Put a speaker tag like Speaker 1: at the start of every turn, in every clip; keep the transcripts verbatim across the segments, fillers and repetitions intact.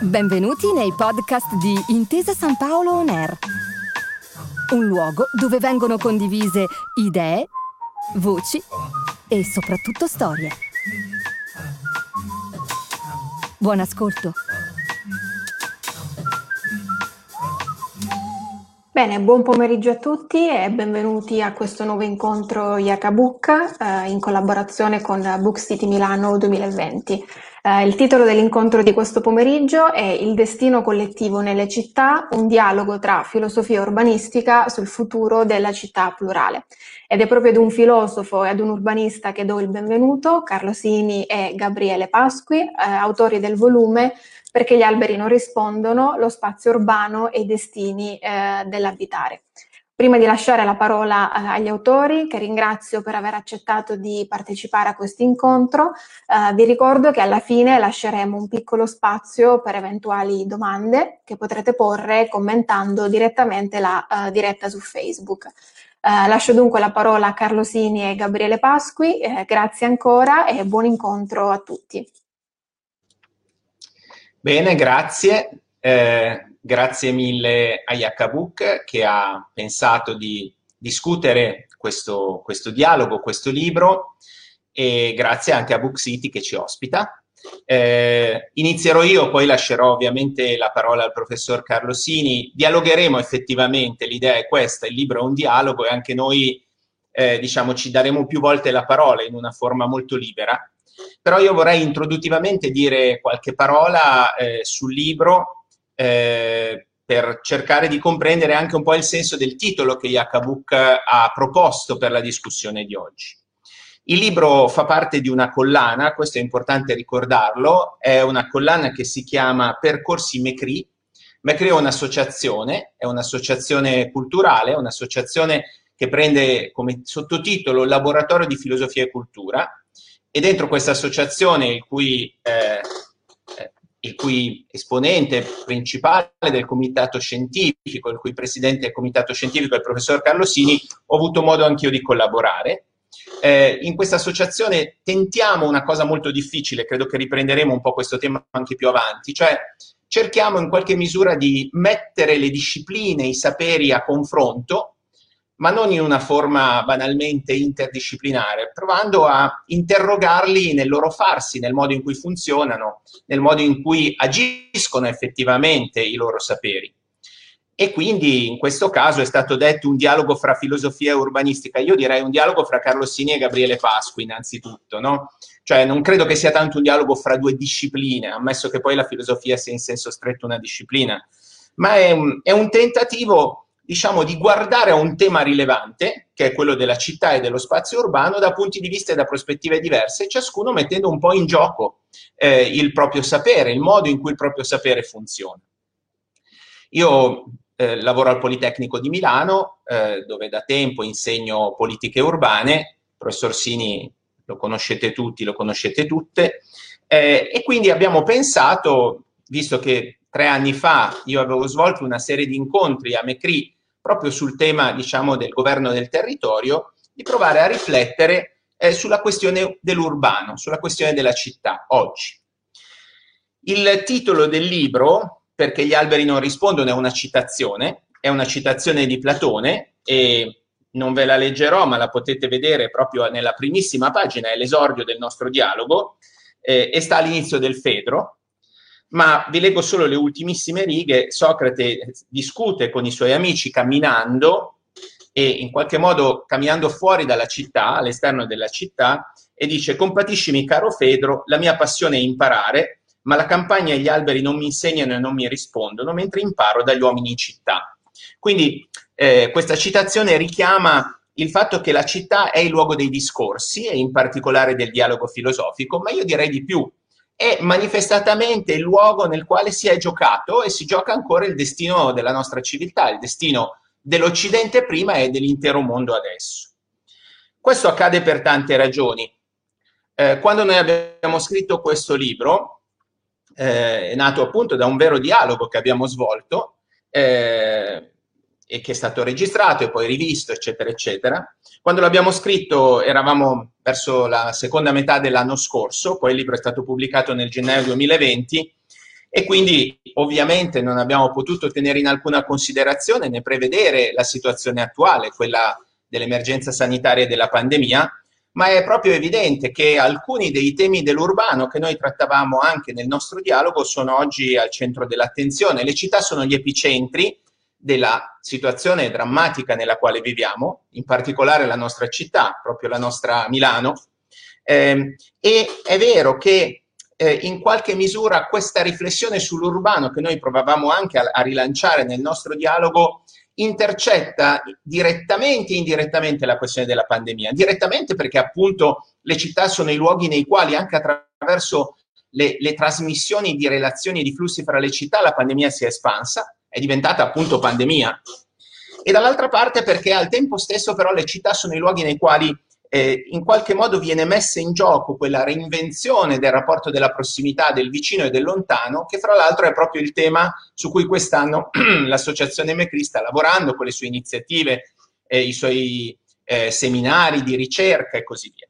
Speaker 1: Benvenuti nei podcast di Intesa San Paolo On Air, un luogo dove vengono condivise idee, voci e soprattutto storie. Buon ascolto.
Speaker 2: Bene, buon pomeriggio a tutti e benvenuti a questo nuovo incontro Iacabook eh, in collaborazione con Book City Milano duemilaventi. Eh, il titolo dell'incontro di questo pomeriggio è Il destino collettivo nelle città, un dialogo tra filosofia urbanistica sul futuro della città plurale. Ed è proprio ad un filosofo e ad un urbanista che do il benvenuto, Carlo Sini e Gabriele Pasqui, eh, autori del volume Perché gli alberi non rispondono, lo spazio urbano e i destini eh, dell'abitare. Prima di lasciare la parola eh, agli autori, che ringrazio per aver accettato di partecipare a questo incontro, eh, vi ricordo che alla fine lasceremo un piccolo spazio per eventuali domande che potrete porre commentando direttamente la eh, diretta su Facebook. Eh, lascio dunque la parola a Carlo Sini e Gabriele Pasqui, eh, grazie ancora e buon incontro a tutti.
Speaker 3: Bene, grazie. Eh, grazie mille a Iacabook che ha pensato di discutere questo, questo dialogo, questo libro, e grazie anche a Book City che ci ospita. Eh, inizierò io, poi lascerò ovviamente la parola al professor Carlo Sini. Dialogheremo effettivamente, l'idea è questa, il libro è un dialogo e anche noi eh, diciamo, ci daremo più volte la parola in una forma molto libera. Però io vorrei introduttivamente dire qualche parola eh, sul libro eh, per cercare di comprendere anche un po' il senso del titolo che Iacabook ha proposto per la discussione di oggi. Il libro fa parte di una collana, questo è importante ricordarlo, è una collana che si chiama Percorsi Mecri. Mecri è un'associazione, è un'associazione culturale, un'associazione che prende come sottotitolo Laboratorio di Filosofia e Cultura. E dentro questa associazione, il cui, eh, il cui esponente principale del comitato scientifico, il cui presidente del comitato scientifico è il professor Carlo Sini, ho avuto modo anch'io di collaborare. Eh, in questa associazione tentiamo una cosa molto difficile, credo che riprenderemo un po' questo tema anche più avanti, cioè cerchiamo in qualche misura di mettere le discipline, i saperi a confronto, ma non in una forma banalmente interdisciplinare, provando a interrogarli nel loro farsi, nel modo in cui funzionano, nel modo in cui agiscono effettivamente i loro saperi. E quindi in questo caso è stato detto un dialogo fra filosofia e urbanistica. Io direi un dialogo fra Carlo Sini e Gabriele Pasqui innanzitutto, no? Cioè non credo che sia tanto un dialogo fra due discipline, ammesso che poi la filosofia sia in senso stretto una disciplina, ma è un, è un tentativo, diciamo, di guardare a un tema rilevante, che è quello della città e dello spazio urbano, da punti di vista e da prospettive diverse, ciascuno mettendo un po' in gioco eh, il proprio sapere, il modo in cui il proprio sapere funziona. Io eh, lavoro al Politecnico di Milano, eh, dove da tempo insegno politiche urbane, il professor Sini lo conoscete tutti, lo conoscete tutte, eh, e quindi abbiamo pensato, visto che tre anni fa io avevo svolto una serie di incontri a Mecri proprio sul tema, diciamo, del governo del territorio, di provare a riflettere eh, sulla questione dell'urbano, sulla questione della città oggi. Il titolo del libro, Perché gli alberi non rispondono, è una citazione, è una citazione di Platone e non ve la leggerò, ma la potete vedere proprio nella primissima pagina, è l'esordio del nostro dialogo eh, e sta all'inizio del Fedro. Ma vi leggo solo le ultimissime righe. Socrate discute con i suoi amici camminando e in qualche modo camminando fuori dalla città, all'esterno della città, e dice: compatiscimi caro Fedro, la mia passione è imparare, ma la campagna e gli alberi non mi insegnano e non mi rispondono, mentre imparo dagli uomini in città. Quindi eh, questa citazione richiama il fatto che la città è il luogo dei discorsi e in particolare del dialogo filosofico, ma io direi di più. È manifestatamente il luogo nel quale si è giocato e si gioca ancora il destino della nostra civiltà, il destino dell'Occidente prima e dell'intero mondo adesso. Questo accade per tante ragioni. Eh, quando noi abbiamo scritto questo libro, eh, è nato appunto da un vero dialogo che abbiamo svolto, eh, e che è stato registrato e poi rivisto, eccetera, eccetera. Quando l'abbiamo scritto eravamo verso la seconda metà dell'anno scorso, poi il libro è stato pubblicato nel gennaio duemilaventi, E quindi ovviamente non abbiamo potuto tenere in alcuna considerazione né prevedere la situazione attuale, quella dell'emergenza sanitaria e della pandemia, ma è proprio evidente che alcuni dei temi dell'urbano che noi trattavamo anche nel nostro dialogo sono oggi al centro dell'attenzione. Le città sono gli epicentri della situazione drammatica nella quale viviamo, in particolare la nostra città, proprio la nostra Milano, eh, e è vero che eh, in qualche misura questa riflessione sull'urbano che noi provavamo anche a, a rilanciare nel nostro dialogo intercetta direttamente e indirettamente la questione della pandemia. Direttamente perché appunto le città sono i luoghi nei quali anche attraverso le, le trasmissioni di relazioni e di flussi fra le città la pandemia si è espansa, è diventata appunto pandemia, e dall'altra parte perché al tempo stesso però le città sono i luoghi nei quali eh, in qualche modo viene messa in gioco quella reinvenzione del rapporto della prossimità, del vicino e del lontano, che fra l'altro è proprio il tema su cui quest'anno l'associazione MECRI sta lavorando con le sue iniziative, eh, i suoi eh, seminari di ricerca e così via.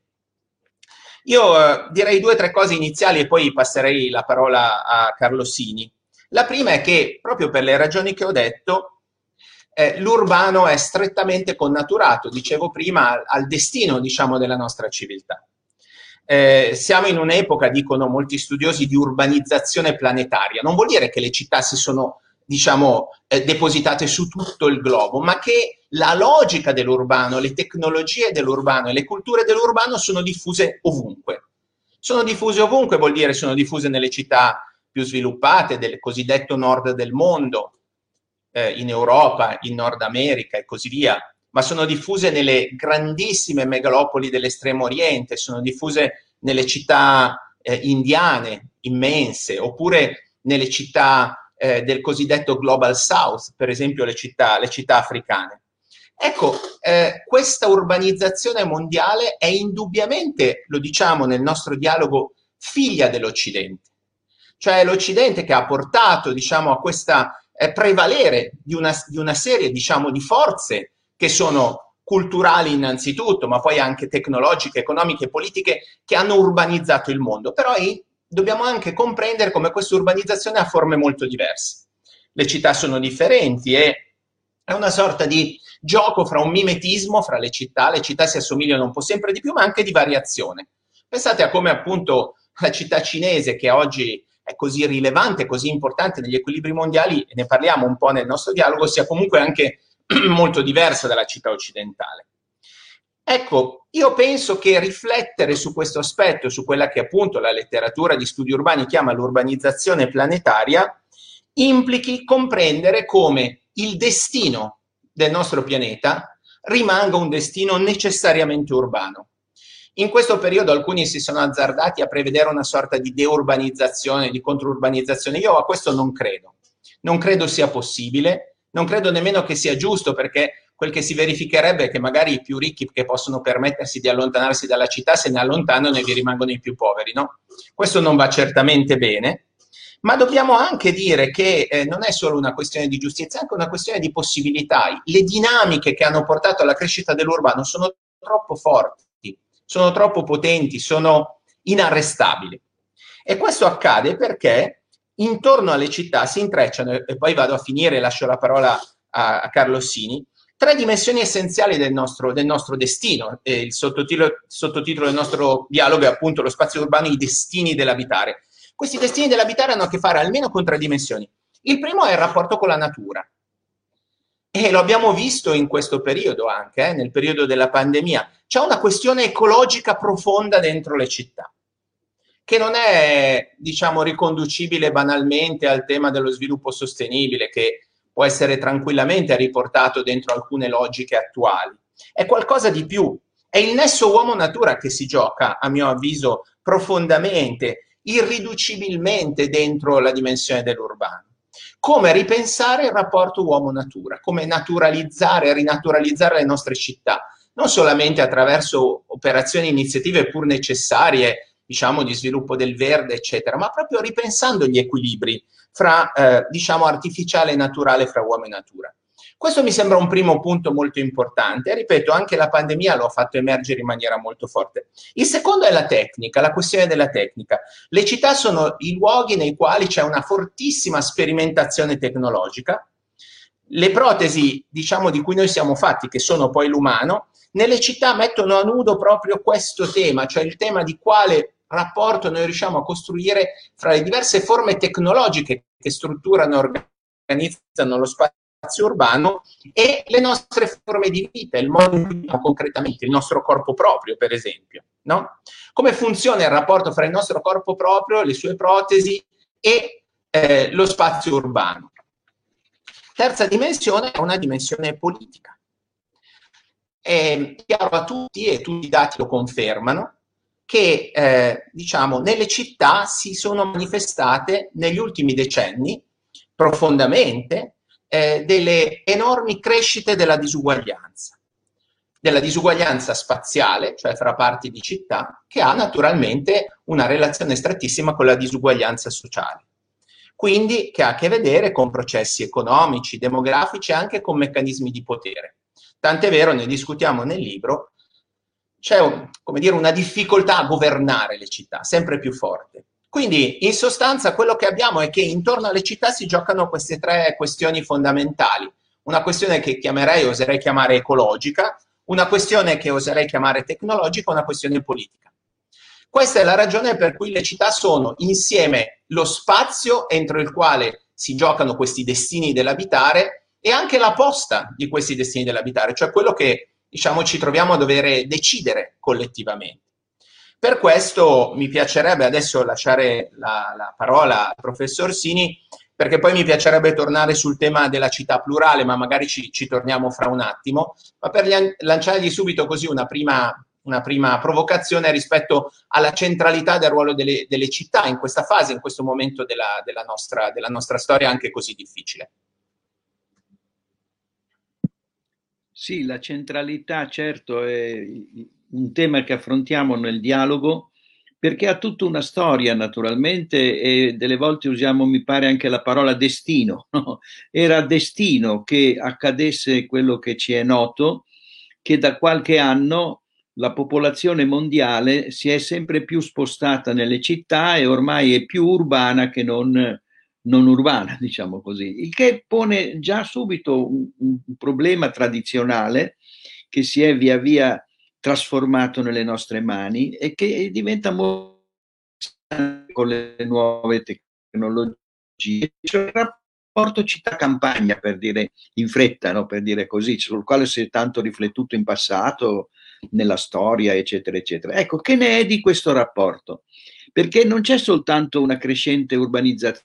Speaker 3: Io eh, direi due o tre cose iniziali e poi passerei la parola a Carlo Sini. La prima è che, proprio per le ragioni che ho detto, eh, l'urbano è strettamente connaturato, dicevo prima, al, al destino, diciamo, della nostra civiltà. Eh, siamo in un'epoca, dicono molti studiosi, di urbanizzazione planetaria. Non vuol dire che le città si sono, diciamo, eh, depositate su tutto il globo, ma che la logica dell'urbano, le tecnologie dell'urbano e le culture dell'urbano sono diffuse ovunque. Sono diffuse ovunque vuol dire sono diffuse nelle città più sviluppate del cosiddetto nord del mondo, eh, in Europa, in Nord America e così via, ma sono diffuse nelle grandissime megalopoli dell'estremo oriente, sono diffuse nelle città eh, indiane immense, oppure nelle città eh, del cosiddetto Global South, per esempio le città, le città africane. Ecco, eh, questa urbanizzazione mondiale è indubbiamente, lo diciamo nel nostro dialogo, figlia dell'Occidente. Cioè l'Occidente che ha portato, diciamo, a questa eh, prevalere di una, di una serie, diciamo, di forze che sono culturali innanzitutto, ma poi anche tecnologiche, economiche e politiche, che hanno urbanizzato il mondo. Però eh, dobbiamo anche comprendere come questa urbanizzazione ha forme molto diverse. Le città sono differenti e è una sorta di gioco fra un mimetismo fra le città, le città si assomigliano un po' sempre di più, ma anche di variazione. Pensate a come appunto la città cinese, che oggi è così rilevante, così importante negli equilibri mondiali, e ne parliamo un po' nel nostro dialogo, sia comunque anche molto diversa dalla città occidentale. Ecco, io penso che riflettere su questo aspetto, su quella che appunto la letteratura di studi urbani chiama l'urbanizzazione planetaria, implichi comprendere come il destino del nostro pianeta rimanga un destino necessariamente urbano. In questo periodo alcuni si sono azzardati a prevedere una sorta di deurbanizzazione, di controurbanizzazione. Io a questo non credo. Non credo sia possibile, non credo nemmeno che sia giusto, perché quel che si verificherebbe è che magari i più ricchi che possono permettersi di allontanarsi dalla città se ne allontanano e vi rimangono i più poveri, no? Questo non va certamente bene, ma dobbiamo anche dire che eh, non è solo una questione di giustizia, è anche una questione di possibilità. Le dinamiche che hanno portato alla crescita dell'urbano sono troppo forti, sono troppo potenti, sono inarrestabili. E questo accade perché intorno alle città si intrecciano, e poi vado a finire e lascio la parola a, a Carlo Sini, tre dimensioni essenziali del nostro, del nostro destino. E il sottotitolo, sottotitolo del nostro dialogo è appunto lo spazio urbano, i destini dell'abitare. Questi destini dell'abitare hanno a che fare almeno con tre dimensioni. Il primo è il rapporto con la natura. E lo abbiamo visto in questo periodo anche, eh, nel periodo della pandemia. C'è una questione ecologica profonda dentro le città, che non è, diciamo, riconducibile banalmente al tema dello sviluppo sostenibile, che può essere tranquillamente riportato dentro alcune logiche attuali. È qualcosa di più. È il nesso uomo-natura che si gioca, a mio avviso, profondamente, irriducibilmente dentro la dimensione dell'urbano. Come ripensare il rapporto uomo-natura, come naturalizzare e rinaturalizzare le nostre città, non solamente attraverso operazioni e iniziative pur necessarie, diciamo, di sviluppo del verde, eccetera, ma proprio ripensando gli equilibri fra, eh, diciamo, artificiale e naturale fra uomo e natura. Questo mi sembra un primo punto molto importante e ripeto, anche la pandemia lo ha fatto emergere in maniera molto forte. Il secondo è la tecnica, la questione della tecnica. Le città sono i luoghi nei quali c'è una fortissima sperimentazione tecnologica. Le protesi, diciamo, di cui noi siamo fatti, che sono poi l'umano, nelle città mettono a nudo proprio questo tema, cioè il tema di quale rapporto noi riusciamo a costruire fra le diverse forme tecnologiche che strutturano e organizzano lo spazio urbano e le nostre forme di vita, il modo in cui viviamo concretamente, il nostro corpo proprio, per esempio, no? Come funziona il rapporto fra il nostro corpo proprio, le sue protesi e eh, lo spazio urbano. Terza dimensione è una dimensione politica. È chiaro a tutti, e tutti i dati lo confermano, che eh, diciamo, nelle città si sono manifestate negli ultimi decenni profondamente eh, delle enormi crescite della disuguaglianza, della disuguaglianza spaziale, cioè fra parti di città, che ha naturalmente una relazione strettissima con la disuguaglianza sociale. Quindi che ha a che vedere con processi economici, demografici e anche con meccanismi di potere. Tant'è vero, ne discutiamo nel libro, c'è un, come dire, una difficoltà a governare le città, sempre più forte. Quindi, in sostanza, quello che abbiamo è che intorno alle città si giocano queste tre questioni fondamentali. Una questione che chiamerei, oserei chiamare ecologica, una questione che oserei chiamare tecnologica, una questione politica. Questa è la ragione per cui le città sono insieme lo spazio entro il quale si giocano questi destini dell'abitare e anche la posta di questi destini dell'abitare, cioè quello che, diciamo, ci troviamo a dover decidere collettivamente. Per questo mi piacerebbe adesso lasciare la, la parola al professor Sini, perché poi mi piacerebbe tornare sul tema della città plurale, ma magari ci, ci torniamo fra un attimo, ma per lanciargli subito così una prima, una prima provocazione rispetto alla centralità del ruolo delle, delle città in questa fase, in questo momento della, della, nostra, della nostra storia anche così difficile.
Speaker 4: Sì, la centralità certo è un tema che affrontiamo nel dialogo perché ha tutta una storia naturalmente e delle volte usiamo, mi pare, anche la parola destino, no? Era destino che accadesse quello che ci è noto, che da qualche anno la popolazione mondiale si è sempre più spostata nelle città e ormai è più urbana che non non urbana, diciamo così, il che pone già subito un, un problema tradizionale che si è via via trasformato nelle nostre mani e che diventa molto con le nuove tecnologie, cioè il rapporto città-campagna, per dire in fretta, no? Per dire così, sul quale si è tanto riflettuto in passato, nella storia, eccetera, eccetera. Ecco, che ne è di questo rapporto? Perché non c'è soltanto una crescente urbanizzazione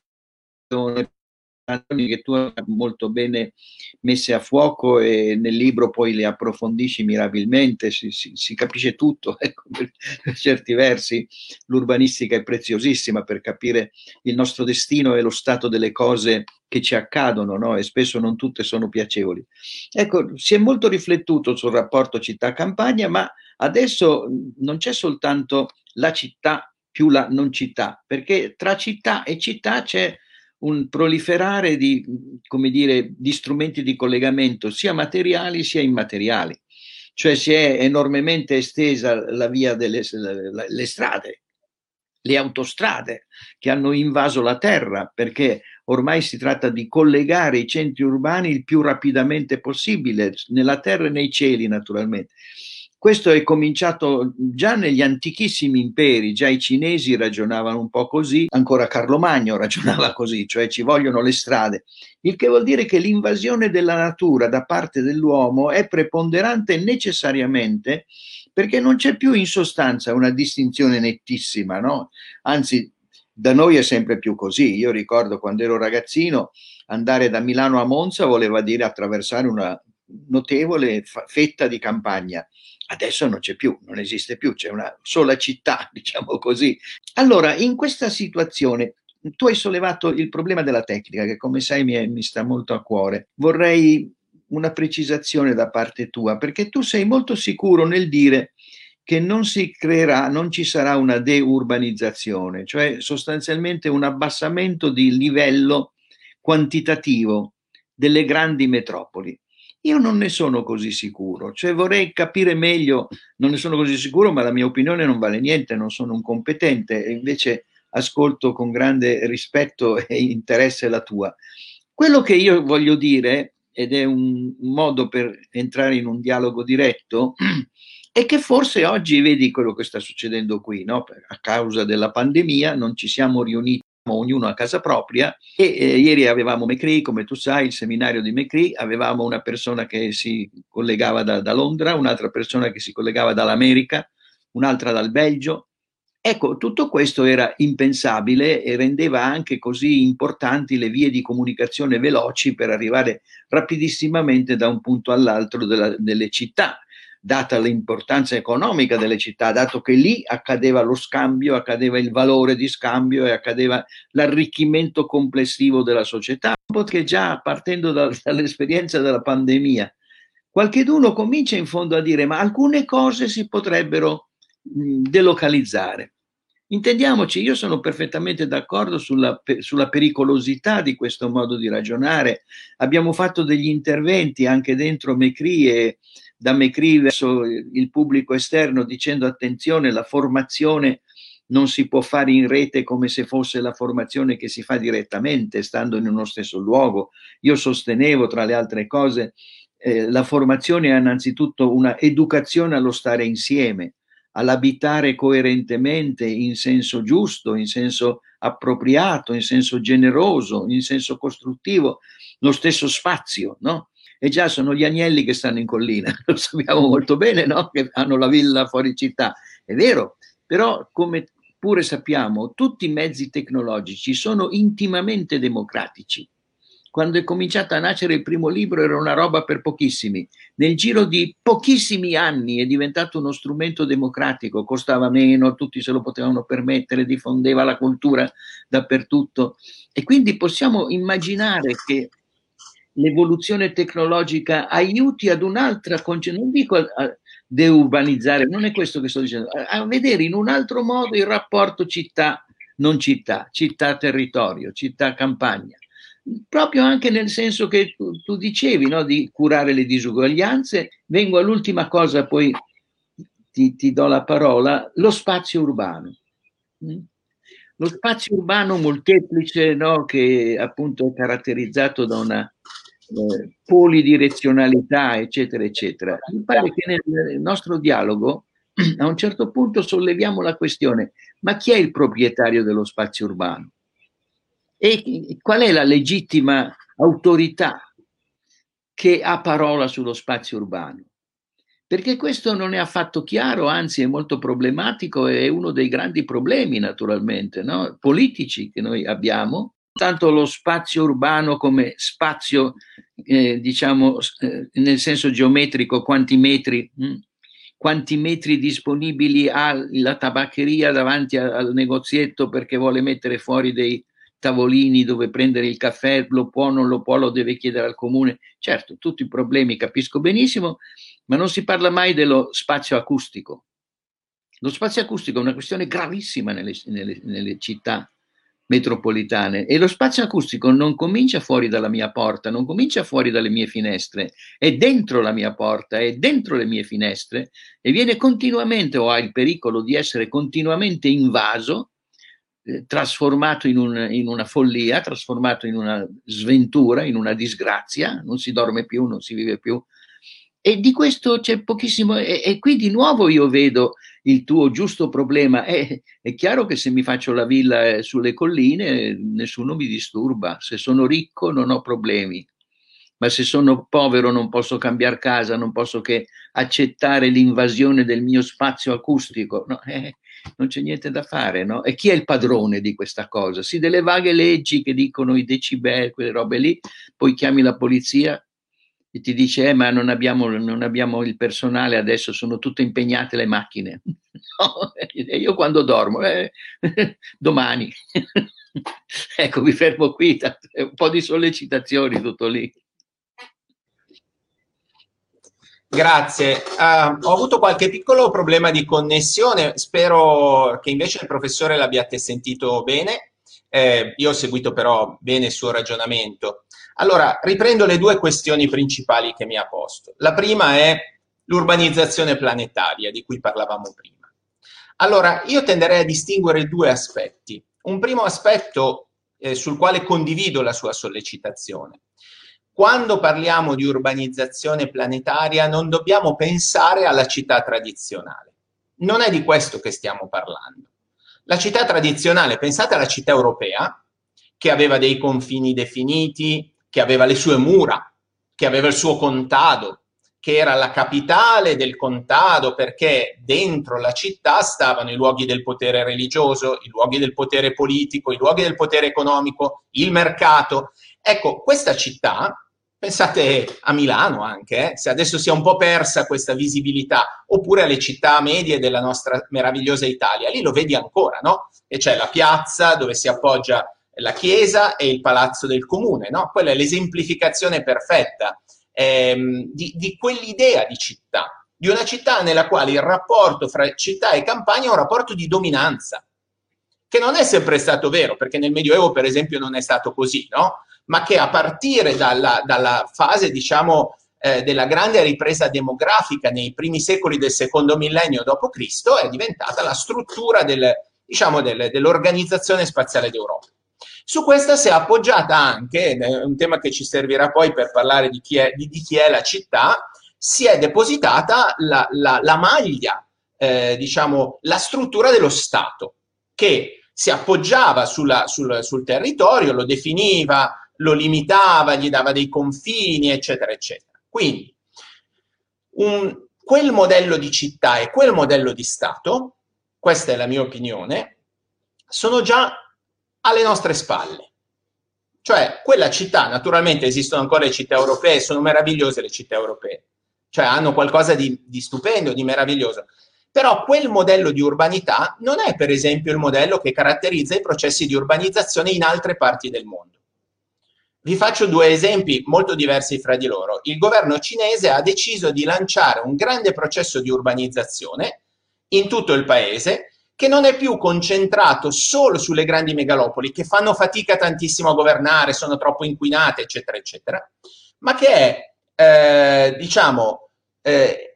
Speaker 4: che tu hai molto bene messe a fuoco e nel libro poi le approfondisci mirabilmente, si, si, si capisce tutto, ecco, per, per certi versi l'urbanistica è preziosissima per capire il nostro destino e lo stato delle cose che ci accadono, no? E spesso non tutte sono piacevoli. Ecco, si è molto riflettuto sul rapporto città-campagna, ma adesso non c'è soltanto la città più la non città, perché tra città e città c'è un proliferare di, come dire, di strumenti di collegamento sia materiali sia immateriali, cioè si è enormemente estesa la via delle le, le strade, le autostrade che hanno invaso la terra, perché ormai si tratta di collegare i centri urbani il più rapidamente possibile, nella terra e nei cieli naturalmente. Questo è cominciato già negli antichissimi imperi, già i cinesi ragionavano un po' così, ancora Carlo Magno ragionava così, cioè ci vogliono le strade, il che vuol dire che l'invasione della natura da parte dell'uomo è preponderante necessariamente perché non c'è più in sostanza una distinzione nettissima, no? Anzi, da noi è sempre più così. Io ricordo quando ero ragazzino andare da Milano a Monza voleva dire attraversare una notevole fetta di campagna. Adesso non c'è più, non esiste più, c'è una sola città, diciamo così. Allora, in questa situazione, tu hai sollevato il problema della tecnica, che come sai mi, è, mi sta molto a cuore. Vorrei una precisazione da parte tua, perché tu sei molto sicuro nel dire che non si creerà, non ci sarà una deurbanizzazione, cioè sostanzialmente un abbassamento di livello quantitativo delle grandi metropoli. Io non ne sono così sicuro, cioè vorrei capire meglio, non ne sono così sicuro, ma la mia opinione non vale niente, non sono un competente, e invece ascolto con grande rispetto e interesse la tua. Quello che io voglio dire, ed è un modo per entrare in un dialogo diretto, è che forse oggi vedi quello che sta succedendo qui, no? A causa della pandemia non ci siamo riuniti ognuno a casa propria, e eh, ieri avevamo McCree, come tu sai, il seminario di McCree, avevamo una persona che si collegava da, da Londra, un'altra persona che si collegava dall'America, un'altra dal Belgio. Ecco, tutto questo era impensabile e rendeva anche così importanti le vie di comunicazione veloci per arrivare rapidissimamente da un punto all'altro della, delle città, data l'importanza economica delle città, dato che lì accadeva lo scambio, accadeva il valore di scambio e accadeva l'arricchimento complessivo della società. Perché già partendo da, dall'esperienza della pandemia, qualcheduno comincia in fondo a dire ma alcune cose si potrebbero mh, delocalizzare. Intendiamoci, io sono perfettamente d'accordo sulla, sulla pericolosità di questo modo di ragionare. Abbiamo fatto degli interventi anche dentro McCree e da McCree verso il pubblico esterno dicendo attenzione, la formazione non si può fare in rete come se fosse la formazione che si fa direttamente stando in uno stesso luogo. Io sostenevo, tra le altre cose, eh, la formazione è innanzitutto una educazione allo stare insieme, all'abitare coerentemente in senso giusto, in senso appropriato, in senso generoso, in senso costruttivo, lo stesso spazio, no? E già sono gli agnelli che stanno in collina, lo sappiamo molto bene, no? Che hanno la villa fuori città, è vero, però come pure sappiamo, tutti i mezzi tecnologici sono intimamente democratici. Quando è cominciato a nascere il primo libro era una roba per pochissimi, nel giro di pochissimi anni è diventato uno strumento democratico, costava meno, tutti se lo potevano permettere, diffondeva la cultura dappertutto, e quindi possiamo immaginare che l'evoluzione tecnologica aiuti ad un'altra concezione, non dico a, a deurbanizzare, non è questo che sto dicendo, a, a vedere in un altro modo il rapporto città-non città, città-territorio, città-campagna, proprio anche nel senso che tu, tu dicevi, no, di curare le disuguaglianze. Vengo all'ultima cosa, poi ti, ti do la parola, lo spazio urbano. Lo spazio urbano molteplice, no, che appunto è caratterizzato da una eh, polidirezionalità, eccetera, eccetera. Mi pare che nel nostro dialogo a un certo punto solleviamo la questione, ma chi è il proprietario dello spazio urbano? E qual è la legittima autorità che ha parola sullo spazio urbano? Perché questo non è affatto chiaro, anzi è molto problematico, è uno dei grandi problemi naturalmente, no? Politici che noi abbiamo, tanto lo spazio urbano come spazio, eh, diciamo, eh, nel senso geometrico, quanti metri, mh? quanti metri disponibili ha la tabaccheria davanti a, al negozietto perché vuole mettere fuori dei tavolini dove prendere il caffè, lo può, non lo può, lo deve chiedere al comune. Certo, tutti i problemi capisco benissimo, ma non si parla mai dello spazio acustico. Lo spazio acustico è una questione gravissima nelle, nelle, nelle città metropolitane, e lo spazio acustico non comincia fuori dalla mia porta, non comincia fuori dalle mie finestre, è dentro la mia porta, è dentro le mie finestre, e viene continuamente, o ha il pericolo di essere continuamente invaso, eh, trasformato in, un, in una follia, trasformato in una sventura, in una disgrazia, non si dorme più, non si vive più. E di questo c'è pochissimo, e, e qui di nuovo io vedo il tuo giusto problema. È, è chiaro che se mi faccio la villa eh, sulle colline nessuno mi disturba, se sono ricco non ho problemi, ma se sono povero non posso cambiare casa, non posso che accettare l'invasione del mio spazio acustico, no? eh, non c'è niente da fare, no? E chi è il padrone di questa cosa? Sì, delle vaghe leggi che dicono i decibel, quelle robe lì, poi chiami la polizia e ti dice eh, ma non abbiamo, non abbiamo il personale, adesso sono tutte impegnate le macchine. No, e io quando dormo? Eh, domani. Ecco, mi fermo qui, un po' di sollecitazioni, tutto lì.
Speaker 3: Grazie. Uh, ho avuto qualche piccolo problema di connessione, spero che invece il professore l'abbiate sentito bene. Eh, io ho seguito però bene il suo ragionamento. Allora, riprendo le due questioni principali che mi ha posto. La prima è l'urbanizzazione planetaria, di cui parlavamo prima. Allora, io tenderei a distinguere due aspetti. Un primo aspetto eh, sul quale condivido la sua sollecitazione. Quando parliamo di urbanizzazione planetaria non dobbiamo pensare alla città tradizionale. Non è di questo che stiamo parlando. La città tradizionale, pensate alla città europea, che aveva dei confini definiti, che aveva le sue mura, che aveva il suo contado, che era la capitale del contado perché dentro la città stavano i luoghi del potere religioso, i luoghi del potere politico, i luoghi del potere economico, il mercato. Ecco, questa città, pensate a Milano anche, eh, se adesso si è un po' persa questa visibilità, oppure alle città medie della nostra meravigliosa Italia, lì lo vedi ancora, no? E c'è la piazza dove si appoggia la chiesa e il palazzo del comune, no? Quella è l'esemplificazione perfetta ehm, di, di quell'idea di città, di una città nella quale il rapporto fra città e campagna è un rapporto di dominanza, che non è sempre stato vero, perché nel Medioevo, per esempio, non è stato così, no? Ma che a partire dalla, dalla fase, diciamo, eh, della grande ripresa demografica nei primi secoli del secondo millennio dopo Cristo è diventata la struttura del, diciamo, del, dell'organizzazione spaziale d'Europa. Su questa si è appoggiata anche, è un tema che ci servirà poi per parlare di chi è, di, di chi è la città, si è depositata la, la, la maglia, eh, diciamo, la struttura dello Stato, che si appoggiava sulla, sul, sul territorio, lo definiva, lo limitava, gli dava dei confini, eccetera, eccetera. Quindi, un, quel modello di città e quel modello di Stato, questa è la mia opinione, sono già alle nostre spalle. Cioè, quella città, naturalmente esistono ancora le città europee, sono meravigliose le città europee, cioè hanno qualcosa di, di stupendo, di meraviglioso, però quel modello di urbanità non è, per esempio, il modello che caratterizza i processi di urbanizzazione in altre parti del mondo. Vi faccio due esempi molto diversi fra di loro. Il governo cinese ha deciso di lanciare un grande processo di urbanizzazione in tutto il paese, che non è più concentrato solo sulle grandi megalopoli, che fanno fatica tantissimo a governare, sono troppo inquinate, eccetera, eccetera, ma che è, eh, diciamo, eh,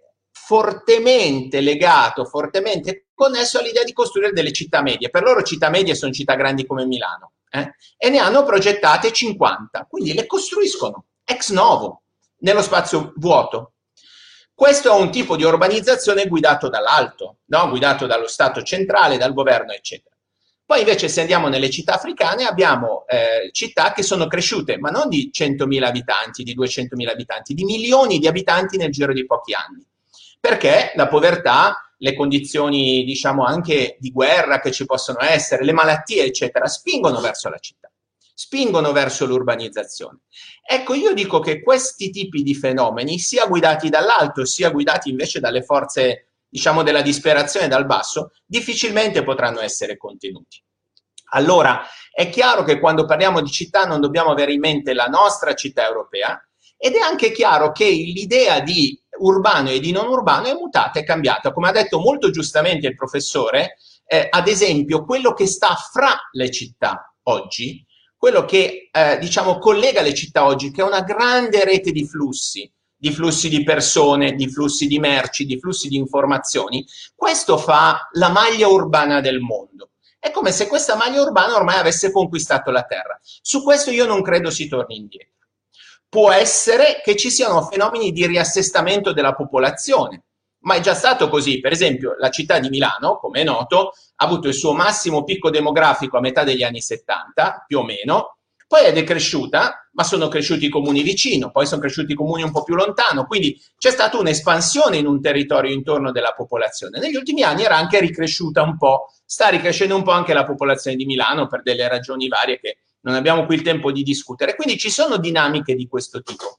Speaker 3: fortemente legato, fortemente connesso all'idea di costruire delle città medie. Per loro città medie sono città grandi come Milano, eh? E ne hanno progettate cinquanta, quindi le costruiscono ex novo, nello spazio vuoto. Questo è un tipo di urbanizzazione guidato dall'alto, no? Guidato dallo Stato centrale, dal governo, eccetera. Poi invece se andiamo nelle città africane abbiamo eh, città che sono cresciute, ma non di centomila abitanti, di duecentomila abitanti, di milioni di abitanti nel giro di pochi anni. Perché la povertà, le condizioni, diciamo, anche di guerra che ci possono essere, le malattie, eccetera, spingono verso la città, spingono verso l'urbanizzazione. Ecco, io dico che questi tipi di fenomeni, sia guidati dall'alto, sia guidati invece dalle forze, diciamo, della disperazione dal basso, difficilmente potranno essere contenuti. Allora, è chiaro che quando parliamo di città non dobbiamo avere in mente la nostra città europea, ed è anche chiaro che l'idea di urbano e di non urbano è mutata, è cambiata. Come ha detto molto giustamente il professore, eh, ad esempio, quello che sta fra le città oggi, quello che eh, diciamo collega le città oggi, che è una grande rete di flussi, di flussi di persone, di flussi di merci, di flussi di informazioni, questo fa la maglia urbana del mondo. È come se questa maglia urbana ormai avesse conquistato la terra. Su questo io non credo si torni indietro. Può essere che ci siano fenomeni di riassestamento della popolazione, ma è già stato così. Per esempio, la città di Milano, come è noto, ha avuto il suo massimo picco demografico a metà degli anni settanta, più o meno, poi è decresciuta, ma sono cresciuti i comuni vicino, poi sono cresciuti i comuni un po' più lontano, quindi c'è stata un'espansione in un territorio intorno della popolazione. Negli ultimi anni era anche ricresciuta un po', sta ricrescendo un po' anche la popolazione di Milano per delle ragioni varie che non abbiamo qui il tempo di discutere, quindi ci sono dinamiche di questo tipo.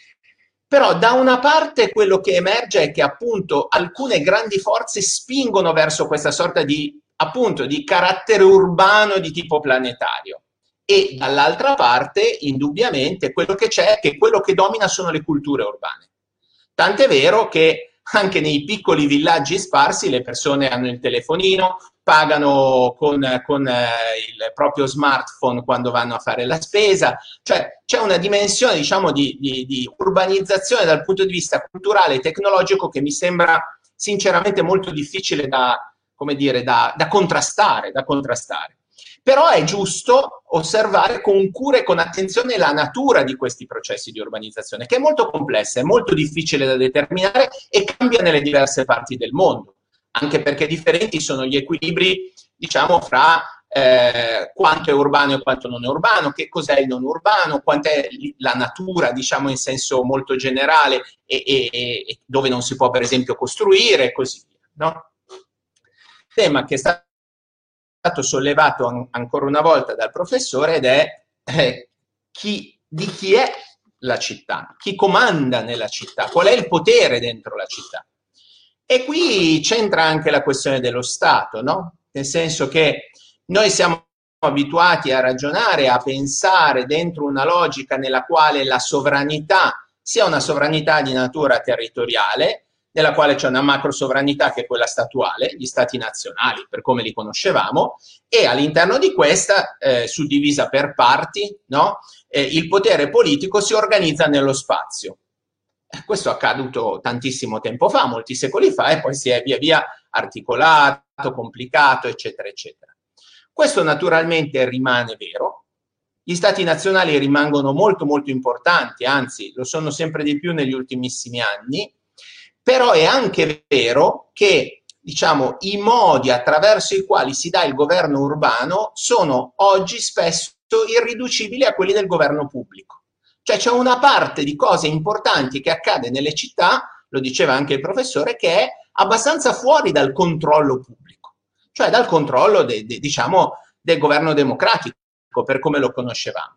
Speaker 3: Però da una parte quello che emerge è che appunto alcune grandi forze spingono verso questa sorta di, appunto, di carattere urbano di tipo planetario, e dall'altra parte indubbiamente quello che c'è è che quello che domina sono le culture urbane. Tant'è vero che anche nei piccoli villaggi sparsi le persone hanno il telefonino, pagano con, con eh, il proprio smartphone quando vanno a fare la spesa, cioè c'è una dimensione, diciamo, di, di, di urbanizzazione dal punto di vista culturale e tecnologico che mi sembra sinceramente molto difficile da, come dire, da, da contrastare, da contrastare. Però è giusto osservare con cura e con attenzione la natura di questi processi di urbanizzazione, che è molto complessa, è molto difficile da determinare e cambia nelle diverse parti del mondo, anche perché differenti sono gli equilibri, diciamo, fra eh, quanto è urbano e quanto non è urbano, che cos'è il non urbano, quant'è la natura, diciamo, in senso molto generale e, e, e dove non si può, per esempio, costruire e così via, no? Tema che è stato stato sollevato an ancora una volta dal professore ed è eh, chi, di chi è la città, chi comanda nella città, qual è il potere dentro la città. E qui c'entra anche la questione dello Stato, no? Nel senso che noi siamo abituati a ragionare, a pensare dentro una logica nella quale la sovranità sia una sovranità di natura territoriale, nella quale c'è una macro sovranità che è quella statuale, gli stati nazionali per come li conoscevamo, e all'interno di questa, eh, suddivisa per parti, no? eh, il potere politico si organizza nello spazio. Questo è accaduto tantissimo tempo fa, molti secoli fa, e poi si è via via articolato, complicato, eccetera, eccetera. Questo naturalmente rimane vero. Gli stati nazionali rimangono molto molto importanti, anzi lo sono sempre di più negli ultimissimi anni. Però è anche vero che, diciamo, i modi attraverso i quali si dà il governo urbano sono oggi spesso irriducibili a quelli del governo pubblico. Cioè c'è una parte di cose importanti che accade nelle città, lo diceva anche il professore, che è abbastanza fuori dal controllo pubblico, cioè dal controllo de, de, diciamo, del governo democratico, per come lo conoscevamo.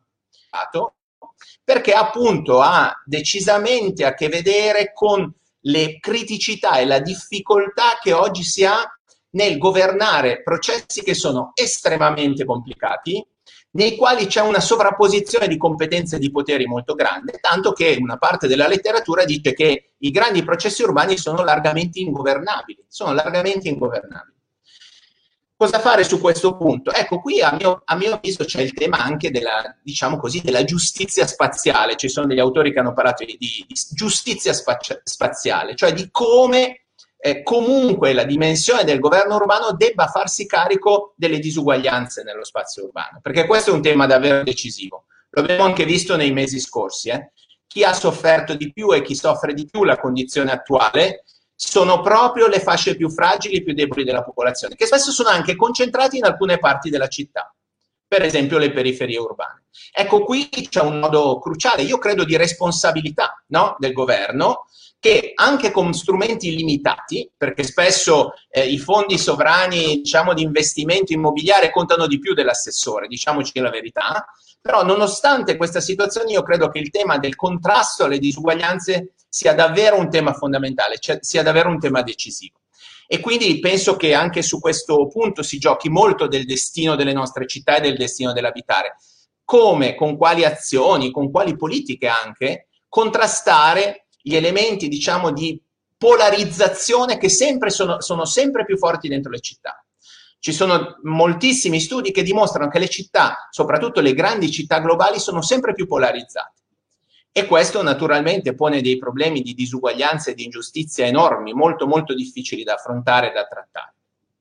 Speaker 3: Perché appunto ha decisamente a che vedere con le criticità e la difficoltà che oggi si ha nel governare processi che sono estremamente complicati, nei quali c'è una sovrapposizione di competenze e di poteri molto grande, tanto che una parte della letteratura dice che i grandi processi urbani sono largamente ingovernabili, sono largamente ingovernabili. Cosa fare su questo punto? Ecco, qui a mio, a mio avviso c'è il tema anche della, diciamo così, della giustizia spaziale. Ci sono degli autori che hanno parlato di, di, di giustizia spaziale, cioè di come eh, comunque la dimensione del governo urbano debba farsi carico delle disuguaglianze nello spazio urbano, perché questo è un tema davvero decisivo. Lo abbiamo anche visto nei mesi scorsi. Eh. Chi ha sofferto di più e chi soffre di più la condizione attuale sono proprio le fasce più fragili e più deboli della popolazione, che spesso sono anche concentrati in alcune parti della città, per esempio le periferie urbane. Ecco, qui c'è un nodo cruciale, io credo, di responsabilità, no? del governo, che anche con strumenti limitati, perché spesso eh, i fondi sovrani, diciamo, di investimento immobiliare contano di più dell'assessore, diciamoci la verità, però nonostante questa situazione io credo che il tema del contrasto alle disuguaglianze sia davvero un tema fondamentale, cioè sia davvero un tema decisivo. E quindi penso che anche su questo punto si giochi molto del destino delle nostre città e del destino dell'abitare. Come, con quali azioni, con quali politiche anche, contrastare gli elementi, diciamo, di polarizzazione che sempre sono, sono sempre più forti dentro le città. Ci sono moltissimi studi che dimostrano che le città, soprattutto le grandi città globali, sono sempre più polarizzate. E questo naturalmente pone dei problemi di disuguaglianza e di ingiustizia enormi, molto molto difficili da affrontare e da trattare.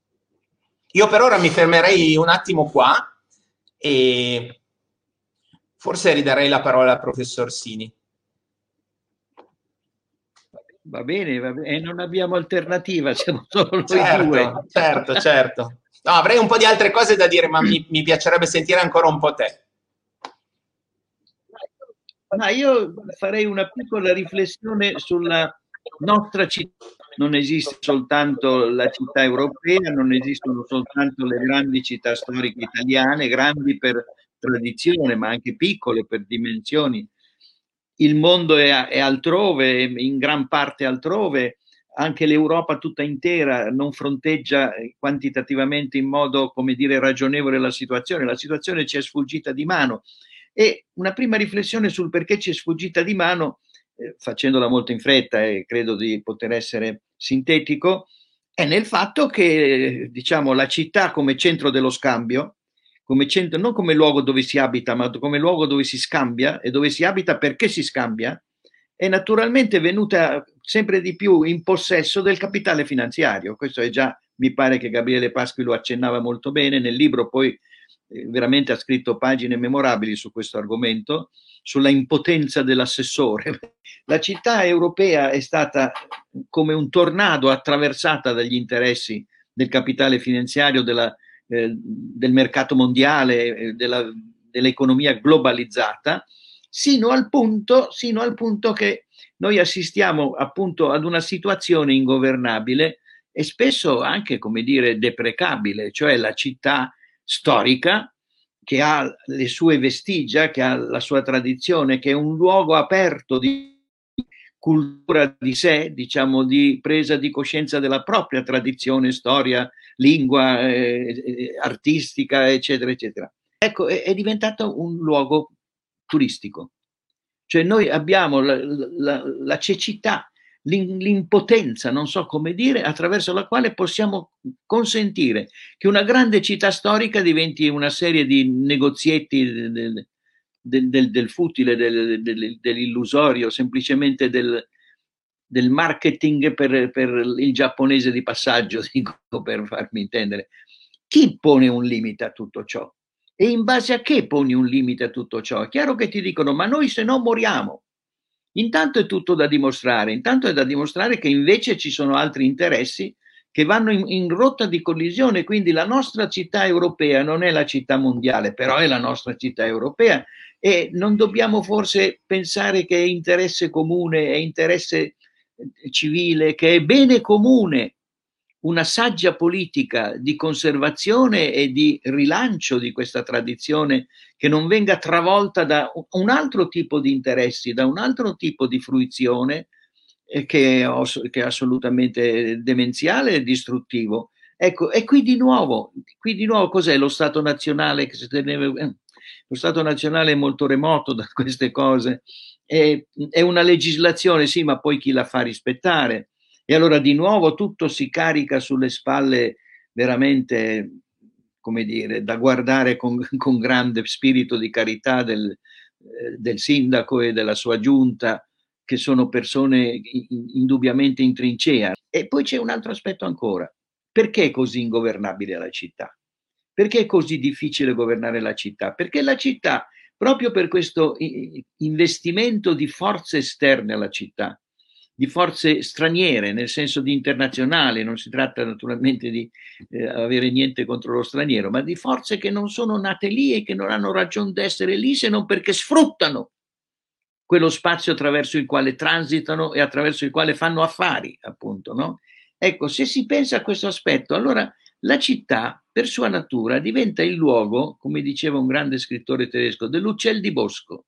Speaker 3: Io per ora mi fermerei un attimo qua e forse ridarei la parola al professor Sini.
Speaker 4: Va bene, va bene, e non abbiamo alternativa, siamo solo noi
Speaker 3: certo,
Speaker 4: due.
Speaker 3: Certo, certo. No, avrei un po' di altre cose da dire, ma mi, mi piacerebbe sentire ancora un po' te.
Speaker 4: Ma io farei una piccola riflessione sulla nostra città. Non esiste soltanto la città europea, non esistono soltanto le grandi città storiche italiane, grandi per tradizione, ma anche piccole per dimensioni. Il mondo è, è altrove, in gran parte altrove. Anche l'Europa tutta intera non fronteggia quantitativamente in modo, come dire, ragionevole la situazione. La situazione ci è sfuggita di mano. E una prima riflessione sul perché ci è sfuggita di mano, eh, facendola molto in fretta e credo di poter essere sintetico, è nel fatto che, diciamo, la città come centro dello scambio, come centro, non come luogo dove si abita, ma come luogo dove si scambia e dove si abita perché si scambia, è naturalmente venuta sempre di più in possesso del capitale finanziario. Questo è già, mi pare che Gabriele Pasqui lo accennava molto bene nel libro, poi eh, veramente ha scritto pagine memorabili su questo argomento, sulla impotenza dell'assessore. La città europea è stata come un tornado attraversata dagli interessi del capitale finanziario, della, eh, del mercato mondiale, eh, della, dell'economia globalizzata, sino al punto, sino al punto che noi assistiamo appunto ad una situazione ingovernabile e spesso anche, come dire, deprecabile, cioè la città storica che ha le sue vestigia, che ha la sua tradizione, che è un luogo aperto di cultura di sé, diciamo, di presa di coscienza della propria tradizione, storia, lingua, eh, artistica, eccetera, eccetera. Ecco, è, è diventato un luogo turistico. Cioè noi abbiamo la, la, la cecità, l'impotenza, non so come dire, attraverso la quale possiamo consentire che una grande città storica diventi una serie di negozietti del, del, del, del futile, del, del, dell'illusorio, semplicemente del, del marketing per, per il giapponese di passaggio, dico, per farmi intendere. Chi pone un limite a tutto ciò? E in base a che poni un limite a tutto ciò? È chiaro che ti dicono, ma noi se no moriamo. Intanto è tutto da dimostrare, intanto è da dimostrare che invece ci sono altri interessi che vanno in, in rotta di collisione, quindi la nostra città europea non è la città mondiale, però è la nostra città europea e non dobbiamo forse pensare che è interesse comune, è interesse civile, che è bene comune una saggia politica di conservazione e di rilancio di questa tradizione che non venga travolta da un altro tipo di interessi, da un altro tipo di fruizione eh, che, è, che è assolutamente demenziale e distruttivo. Ecco, e qui di nuovo, qui di nuovo cos'è lo Stato nazionale che si teneva, eh, lo Stato nazionale è molto remoto da queste cose, è, è una legislazione, sì, ma poi chi la fa rispettare? E allora di nuovo tutto si carica sulle spalle veramente, come dire, da guardare con, con grande spirito di carità del, eh, del sindaco e della sua giunta, che sono persone indubbiamente in trincea. E poi c'è un altro aspetto ancora. Perché è così ingovernabile la città? Perché è così difficile governare la città? Perché la città, proprio per questo investimento di forze esterne alla città, di forze straniere, nel senso di internazionale, non si tratta naturalmente di eh, avere niente contro lo straniero, ma di forze che non sono nate lì e che non hanno ragione di essere lì se non perché sfruttano quello spazio attraverso il quale transitano e attraverso il quale fanno affari, appunto, no? Ecco, se si pensa a questo aspetto, allora la città, per sua natura, diventa il luogo, come diceva un grande scrittore tedesco, dell'uccel di bosco,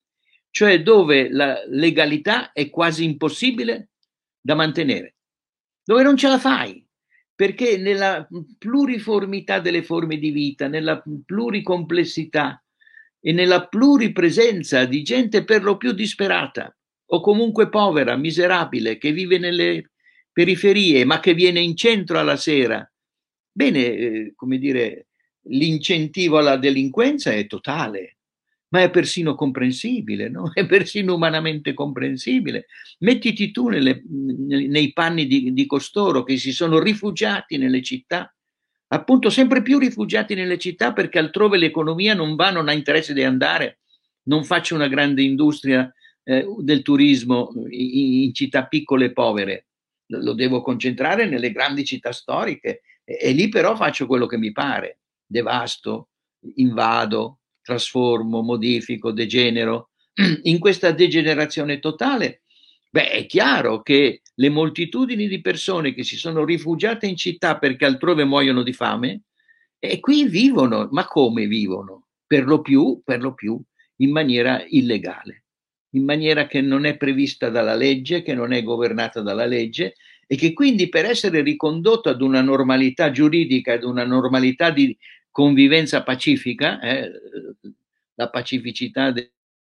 Speaker 4: cioè dove la legalità è quasi impossibile da mantenere, dove non ce la fai, perché nella pluriformità delle forme di vita, nella pluricomplessità e nella pluripresenza di gente per lo più disperata o comunque povera, miserabile, che vive nelle periferie ma che viene in centro alla sera, bene, eh, come dire, l'incentivo alla delinquenza è totale. Ma è persino comprensibile, no? È persino umanamente comprensibile. Mettiti tu nelle, nei panni di, di costoro che si sono rifugiati nelle città, appunto sempre più rifugiati nelle città perché altrove l'economia non va, non ha interesse di andare. Non faccio una grande industria eh, del turismo in, in città piccole e povere, lo devo concentrare nelle grandi città storiche e, e lì però faccio quello che mi pare, devasto, invado, trasformo, modifico, degenero. In questa degenerazione totale, beh, è chiaro che le moltitudini di persone che si sono rifugiate in città perché altrove muoiono di fame, e qui vivono, ma come vivono? Per lo più, per lo più in maniera illegale, in maniera che non è prevista dalla legge, che non è governata dalla legge e che quindi per essere ricondotto ad una normalità giuridica, ad una normalità di convivenza pacifica, eh, la pacificità de,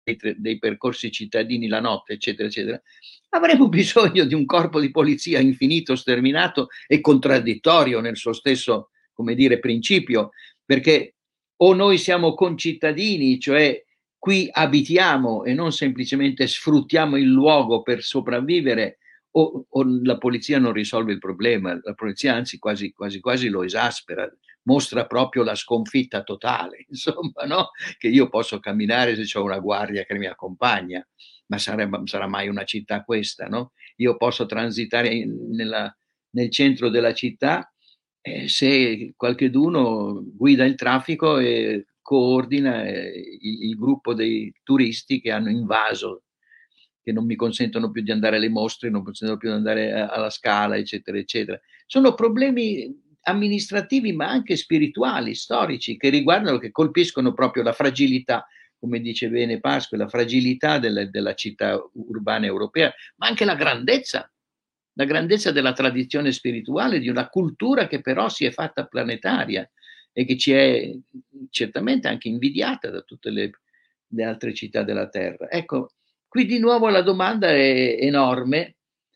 Speaker 4: dei percorsi cittadini la notte, eccetera, eccetera, avremo bisogno di un corpo di polizia infinito, sterminato e contraddittorio nel suo stesso, come dire, principio, perché o noi siamo concittadini, cioè qui abitiamo e non semplicemente sfruttiamo il luogo per sopravvivere, o, o la polizia non risolve il problema, la polizia anzi quasi quasi quasi lo esaspera, mostra proprio la sconfitta totale, insomma, no? Che io posso camminare se ho una guardia che mi accompagna, ma sarebbe, sarà mai una città questa, no? Io posso transitare in, nella, nel centro della città eh, se qualcheduno guida il traffico e coordina eh, il, il gruppo dei turisti che hanno invaso, che non mi consentono più di andare alle mostre, non consentono più di andare a, alla Scala, eccetera, eccetera. Sono problemi amministrativi, ma anche spirituali, storici, che riguardano, che colpiscono proprio la fragilità, come dice bene Pasqua, la fragilità della, della città urbana europea, ma anche la grandezza, la grandezza della tradizione spirituale, di una cultura che però si è fatta planetaria e che ci è certamente anche invidiata da tutte le, le altre città della Terra. Ecco, qui di nuovo la domanda è enorme,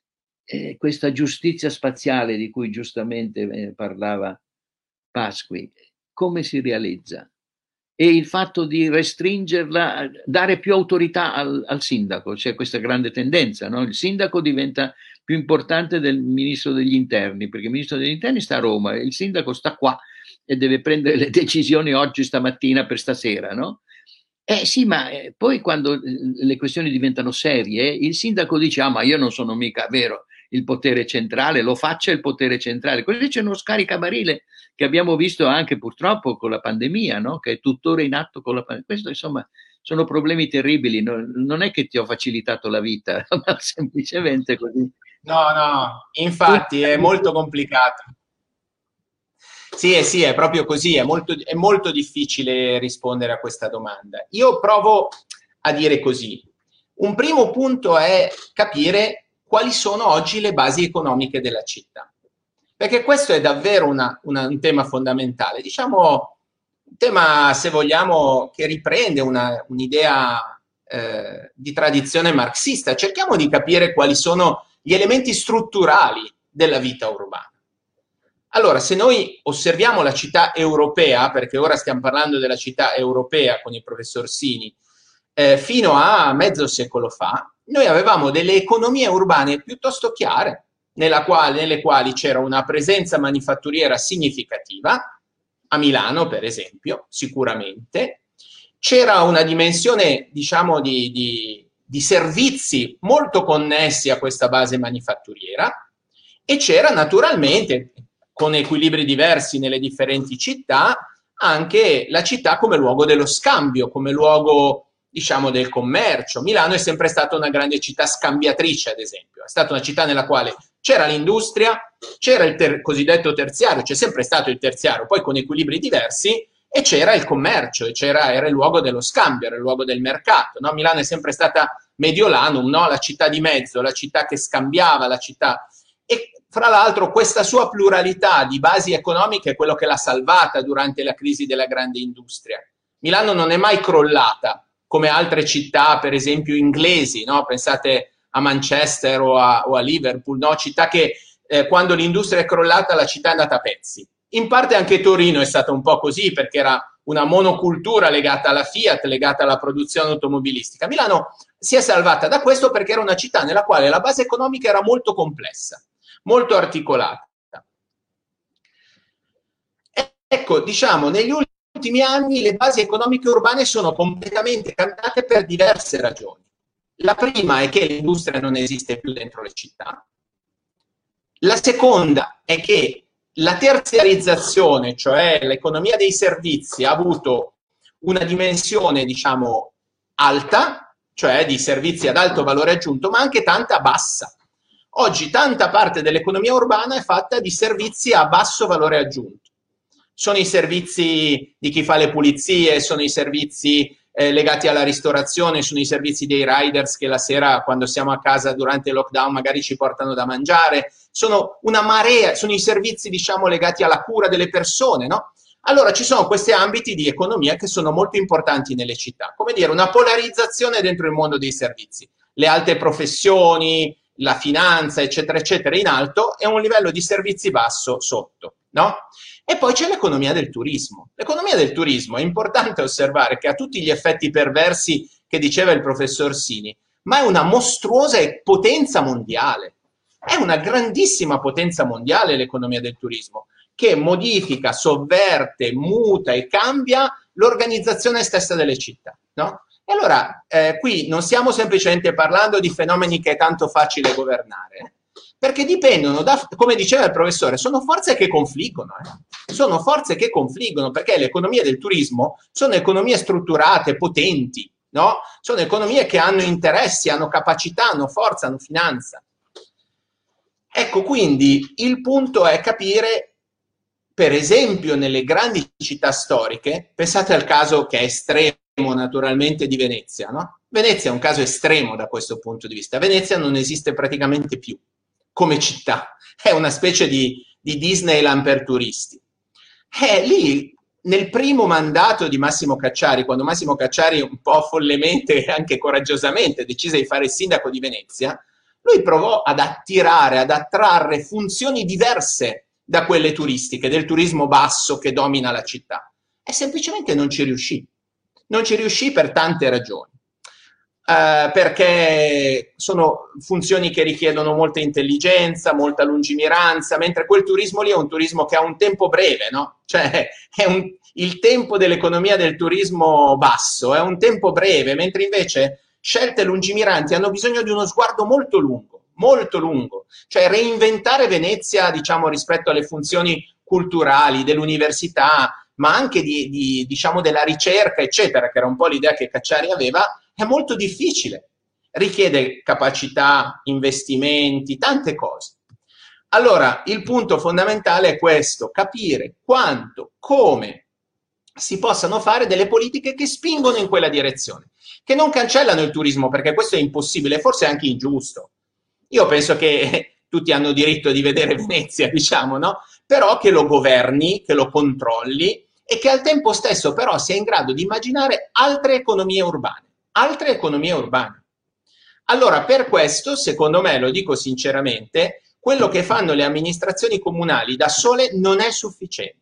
Speaker 4: eh, questa giustizia spaziale di cui giustamente eh, parlava Pasqui, come si realizza? E il fatto di restringerla, dare più autorità al, al sindaco, c'è questa grande tendenza, no? Il sindaco diventa più importante del ministro degli interni, perché il ministro degli interni sta a Roma, il sindaco sta qua e deve prendere le decisioni oggi, stamattina, per stasera, no? Eh sì, ma eh, poi quando le questioni diventano serie, il sindaco dice, ah ma io non sono mica, vero, il potere centrale, lo faccia il potere centrale. Così c'è uno scaricabarile che abbiamo visto anche purtroppo con la pandemia, no? Che è tuttora in atto con la pandemia. Questo insomma sono problemi terribili, no? Non è che ti ho facilitato la vita, ma semplicemente così.
Speaker 3: No, no, infatti è molto complicato. Sì, eh, sì, è proprio così, è molto, è molto difficile rispondere a questa domanda. Io provo a dire così. Un primo punto è capire quali sono oggi le basi economiche della città, perché questo è davvero una, una, un tema fondamentale, diciamo un tema, se vogliamo, che riprende un'idea eh, di tradizione marxista. Cerchiamo di capire quali sono gli elementi strutturali della vita urbana. Allora, se noi osserviamo la città europea, perché ora stiamo parlando della città europea con il professor Sini, eh, fino a mezzo secolo fa, noi avevamo delle economie urbane piuttosto chiare, nella quale, nelle quali c'era una presenza manifatturiera significativa, a Milano per esempio, sicuramente, c'era una dimensione, diciamo, di, di, di servizi molto connessi a questa base manifatturiera e c'era naturalmente, con equilibri diversi nelle differenti città, anche la città come luogo dello scambio, come luogo, diciamo, del commercio. Milano è sempre stata una grande città scambiatrice, ad esempio. È stata una città nella quale c'era l'industria, c'era il ter- cosiddetto terziario, c'è sempre stato il terziario, poi con equilibri diversi, e c'era il commercio, e c'era, era il luogo dello scambio, era il luogo del mercato. No? Milano è sempre stata Mediolanum, no? La città di mezzo, la città che scambiava, la città... E fra l'altro questa sua pluralità di basi economiche è quello che l'ha salvata durante la crisi della grande industria. Milano non è mai crollata, come altre città, per esempio inglesi, no? Pensate a Manchester o a, o a Liverpool, no? Città che eh, quando l'industria è crollata la città è andata a pezzi. In parte anche Torino è stata un po' così, perché era una monocultura legata alla Fiat, legata alla produzione automobilistica. Milano si è salvata da questo perché era una città nella quale la base economica era molto complessa, molto articolata. Ecco, diciamo, negli ultimi anni le basi economiche urbane sono completamente cambiate per diverse ragioni. La prima è che l'industria non esiste più dentro le città. La seconda è che la terziarizzazione, cioè l'economia dei servizi, ha avuto una dimensione, diciamo, alta, cioè di servizi ad alto valore aggiunto, ma anche tanta bassa. Oggi tanta parte dell'economia urbana è fatta di servizi a basso valore aggiunto. Sono i servizi di chi fa le pulizie, sono i servizi eh, legati alla ristorazione, sono i servizi dei riders che la sera, quando siamo a casa durante il lockdown, magari ci portano da mangiare. Sono una marea, sono i servizi, diciamo, legati alla cura delle persone, no? Allora ci sono questi ambiti di economia che sono molto importanti nelle città, come dire una polarizzazione dentro il mondo dei servizi, le alte professioni, la finanza, eccetera, eccetera, in alto e un livello di servizi basso sotto, no? E poi c'è l'economia del turismo. L'economia del turismo è importante osservare che ha tutti gli effetti perversi che diceva il professor Sini, ma è una mostruosa potenza mondiale. È una grandissima potenza mondiale l'economia del turismo, che modifica, sovverte, muta e cambia l'organizzazione stessa delle città, no? E allora, eh, qui non stiamo semplicemente parlando di fenomeni che è tanto facile governare, perché dipendono da, come diceva il professore, sono forze che confliggono, eh. Sono forze che confliggono, perché le economie del turismo sono economie strutturate, potenti, no? Sono economie che hanno interessi, hanno capacità, hanno forza, hanno finanza. Ecco, quindi il punto è capire, per esempio, nelle grandi città storiche, pensate al caso che è estremo naturalmente di Venezia, no? Venezia è un caso estremo da questo punto di vista. Venezia non esiste praticamente più come città, è una specie di, di Disneyland per turisti. E lì, nel primo mandato di Massimo Cacciari, quando Massimo Cacciari un po' follemente e anche coraggiosamente decise di fare il sindaco di Venezia, lui provò ad attirare, ad attrarre funzioni diverse da quelle turistiche, del turismo basso che domina la città. E semplicemente non ci riuscì. Non ci riuscì per tante ragioni. Uh, perché sono funzioni che richiedono molta intelligenza, molta lungimiranza, mentre quel turismo lì è un turismo che ha un tempo breve, no? Cioè è un, il tempo dell'economia del turismo basso, è un tempo breve, mentre invece scelte lungimiranti hanno bisogno di uno sguardo molto lungo, molto lungo. Cioè reinventare Venezia, diciamo, rispetto alle funzioni culturali dell'università, ma anche di, di, diciamo, della ricerca, eccetera, che era un po' l'idea che Cacciari aveva, è molto difficile, richiede capacità, investimenti, tante cose. Allora, il punto fondamentale è questo, capire quanto, come si possano fare delle politiche che spingono in quella direzione, che non cancellano il turismo, perché questo è impossibile, forse è anche ingiusto. Io penso che tutti hanno diritto di vedere Venezia, diciamo, no? Però che lo governi, che lo controlli e che al tempo stesso però sia in grado di immaginare altre economie urbane. altre economie urbane. Allora, per questo, secondo me, lo dico sinceramente, quello che fanno le amministrazioni comunali da sole non è sufficiente.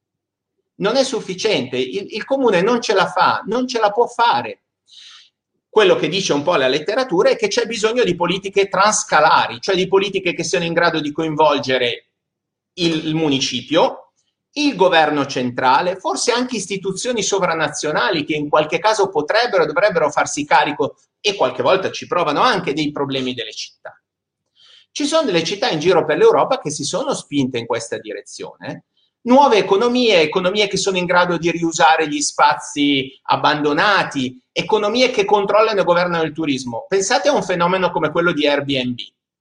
Speaker 3: Non è sufficiente, il, il comune non ce la fa, non ce la può fare. Quello che dice un po' la letteratura è che c'è bisogno di politiche transcalari, cioè di politiche che siano in grado di coinvolgere il, il municipio, il governo centrale, forse anche istituzioni sovranazionali che in qualche caso potrebbero e dovrebbero farsi carico e qualche volta ci provano anche dei problemi delle città. Ci sono delle città in giro per l'Europa che si sono spinte in questa direzione, nuove economie, economie che sono in grado di riusare gli spazi abbandonati, economie che controllano e governano il turismo. Pensate a un fenomeno come quello di Airbnb,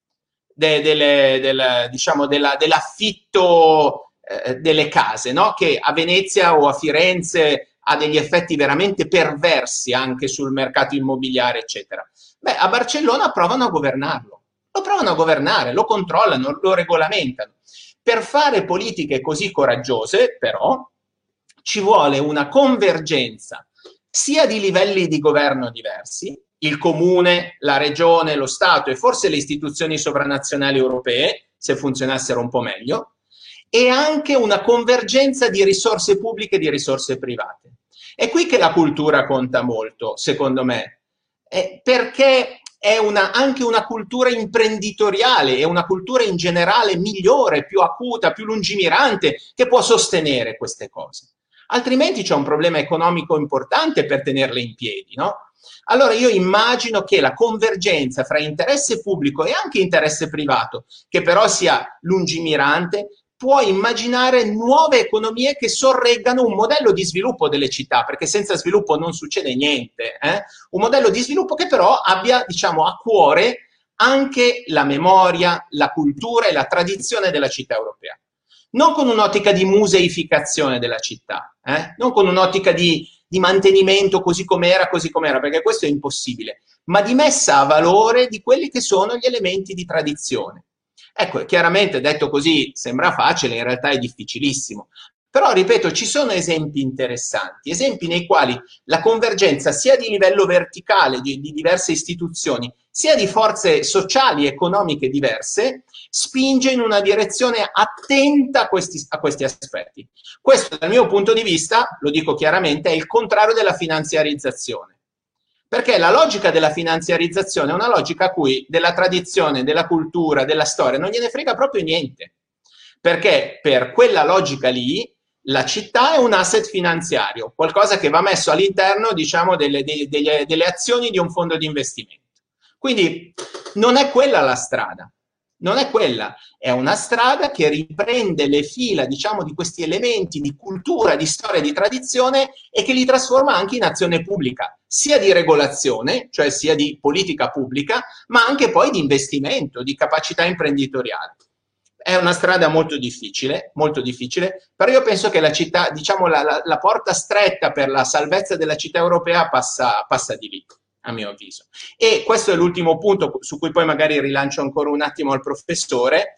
Speaker 3: de, de, del, diciamo della, dell'affitto delle case, no? Che a Venezia o a Firenze ha degli effetti veramente perversi anche sul mercato immobiliare, eccetera. Beh, a Barcellona provano a governarlo, lo provano a governare, lo controllano, lo regolamentano. Per fare politiche così coraggiose, però, ci vuole una convergenza sia di livelli di governo diversi, il comune, la regione, lo Stato e forse le istituzioni sovranazionali europee, se funzionassero un po' meglio, e anche una convergenza di risorse pubbliche e di risorse private. È qui che la cultura conta molto, secondo me, eh, perché è una, anche una cultura imprenditoriale, è una cultura in generale migliore, più acuta, più lungimirante, che può sostenere queste cose. Altrimenti c'è un problema economico importante per tenerle in piedi, no? Allora io immagino che la convergenza fra interesse pubblico e anche interesse privato, che però sia lungimirante, può immaginare nuove economie che sorreggano un modello di sviluppo delle città, perché senza sviluppo non succede niente, eh? Un modello di sviluppo che però abbia, diciamo, a cuore anche la memoria, la cultura e la tradizione della città europea. Non con un'ottica di museificazione della città, eh? Non con un'ottica di, di mantenimento così com'era, così com'era, perché questo è impossibile, ma di messa a valore di quelli che sono gli elementi di tradizione. Ecco, chiaramente detto così sembra facile, in realtà è difficilissimo, Però, ripeto, ci sono esempi interessanti, esempi nei quali la convergenza sia di livello verticale di, di diverse istituzioni, sia di forze sociali e economiche diverse, spinge in una direzione attenta a questi, a questi aspetti. Questo, dal mio punto di vista, lo dico chiaramente, è il contrario della finanziarizzazione. Perché la logica della finanziarizzazione è una logica a cui della tradizione, della cultura, della storia non gliene frega proprio niente. Perché per quella logica lì la città è un asset finanziario, qualcosa che va messo all'interno, diciamo, delle, delle, delle azioni di un fondo di investimento. Quindi non è quella la strada. Non è quella, è una strada che riprende le fila, diciamo, di questi elementi di cultura, di storia, di tradizione e che li trasforma anche in azione pubblica, sia di regolazione, cioè sia di politica pubblica, ma anche poi di investimento, di capacità imprenditoriale. È una strada molto difficile, molto difficile, però io penso che la città, diciamo, la, la, la porta stretta per la salvezza della città europea passa, passa di lì, a mio avviso. E questo è l'ultimo punto su cui poi magari rilancio ancora un attimo al professore.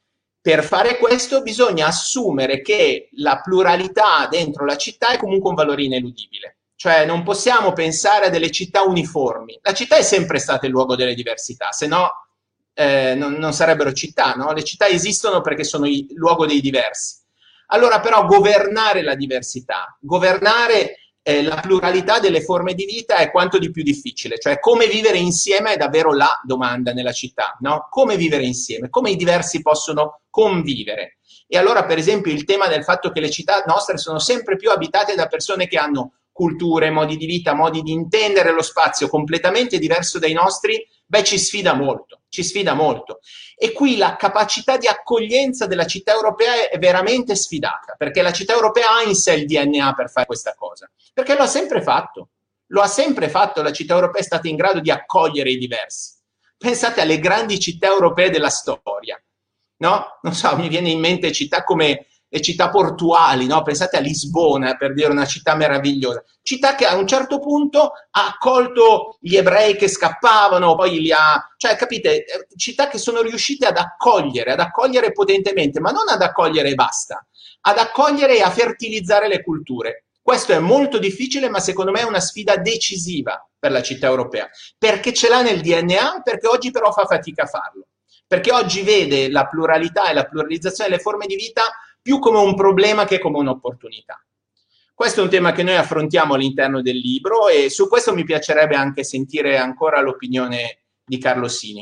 Speaker 3: Per fare questo bisogna assumere che la pluralità dentro la città è comunque un valore ineludibile. Cioè non possiamo pensare a delle città uniformi. La città è sempre stata il luogo delle diversità, se no eh, non, non sarebbero città, no? Le città esistono perché sono il luogo dei diversi. Allora però governare la diversità, governare eh, la pluralità delle forme di vita è quanto di più difficile. Cioè come vivere insieme è davvero la domanda nella città, no? Come vivere insieme, come i diversi possono convivere. E allora per esempio il tema del fatto che le città nostre sono sempre più abitate da persone che hanno culture, modi di vita, modi di intendere lo spazio completamente diverso dai nostri, beh, ci sfida molto, ci sfida molto. E qui la capacità di accoglienza della città europea è veramente sfidata, perché la città europea ha in sé il D N A per fare questa cosa, perché lo ha sempre fatto, lo ha sempre fatto, la città europea è stata in grado di accogliere i diversi. Pensate alle grandi città europee della storia, no? Non so, mi viene in mente città come le città portuali, no? Pensate a Lisbona, per dire una città meravigliosa, città che a un certo punto ha accolto gli ebrei che scappavano, poi li ha, cioè capite, città che sono riuscite ad accogliere, ad accogliere potentemente, ma non ad accogliere e basta, ad accogliere e a fertilizzare le culture. Questo è molto difficile, ma secondo me è una sfida decisiva per la città europea, perché ce l'ha nel D N A, perché oggi però fa fatica a farlo, perché oggi vede la pluralità e la pluralizzazione delle forme di vita più come un problema che come un'opportunità. Questo è un tema che noi affrontiamo all'interno del libro e su questo mi piacerebbe anche sentire ancora l'opinione di Carlo Sini.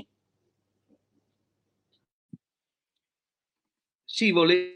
Speaker 4: Sì, volevo...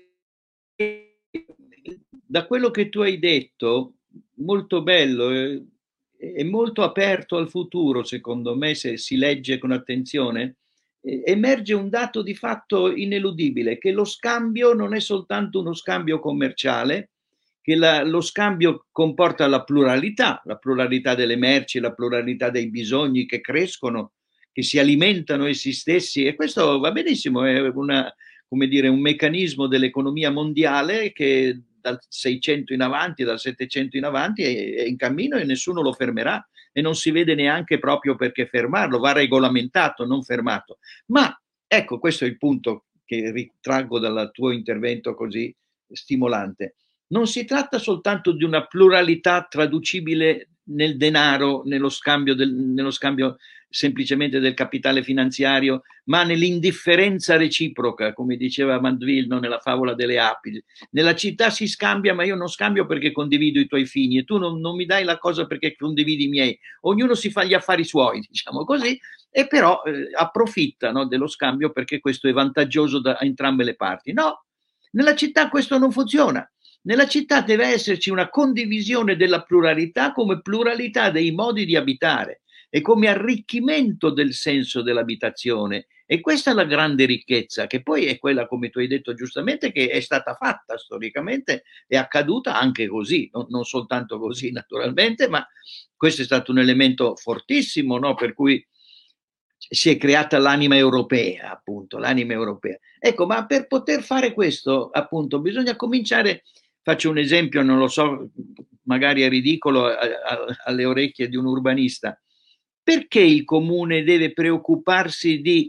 Speaker 4: Da quello che tu hai detto, molto bello e eh, molto aperto al futuro, secondo me, se si legge con attenzione, emerge un dato di fatto ineludibile, che lo scambio non è soltanto uno scambio commerciale, che la, lo scambio comporta la pluralità, la pluralità delle merci, la pluralità dei bisogni che crescono, che si alimentano essi stessi, e questo va benissimo, è una, come dire, un meccanismo dell'economia mondiale che dal seicento in avanti, dal settecento in avanti è, è in cammino e nessuno lo fermerà. E non si vede neanche proprio perché fermarlo, va regolamentato, non fermato. Ma ecco, questo è il punto che ritraggo dal tuo intervento così stimolante. Non si tratta soltanto di una pluralità traducibile nel denaro, nello scambio, del, nello scambio semplicemente del capitale finanziario, ma nell'indifferenza reciproca, come diceva Mandeville, no, nella favola delle api. Nella città si scambia, ma io non scambio perché condivido i tuoi fini e tu non, non mi dai la cosa perché condividi i miei. Ognuno si fa gli affari suoi, diciamo così, e però eh, approfitta, no, dello scambio perché questo è vantaggioso da entrambe le parti. No, nella città questo non funziona. Nella città deve esserci una condivisione della pluralità come pluralità dei modi di abitare e come arricchimento del senso dell'abitazione. E questa è la grande ricchezza, che poi è quella, come tu hai detto giustamente, che è stata fatta storicamente, è accaduta anche così, non, non soltanto così naturalmente, ma questo è stato un elemento fortissimo, no? Per cui si è creata l'anima europea, appunto, l'anima europea. Ecco, ma per poter fare questo, appunto, bisogna cominciare, faccio un esempio, non lo so, magari è ridicolo a, a, alle orecchie di un urbanista. Perché il comune deve preoccuparsi di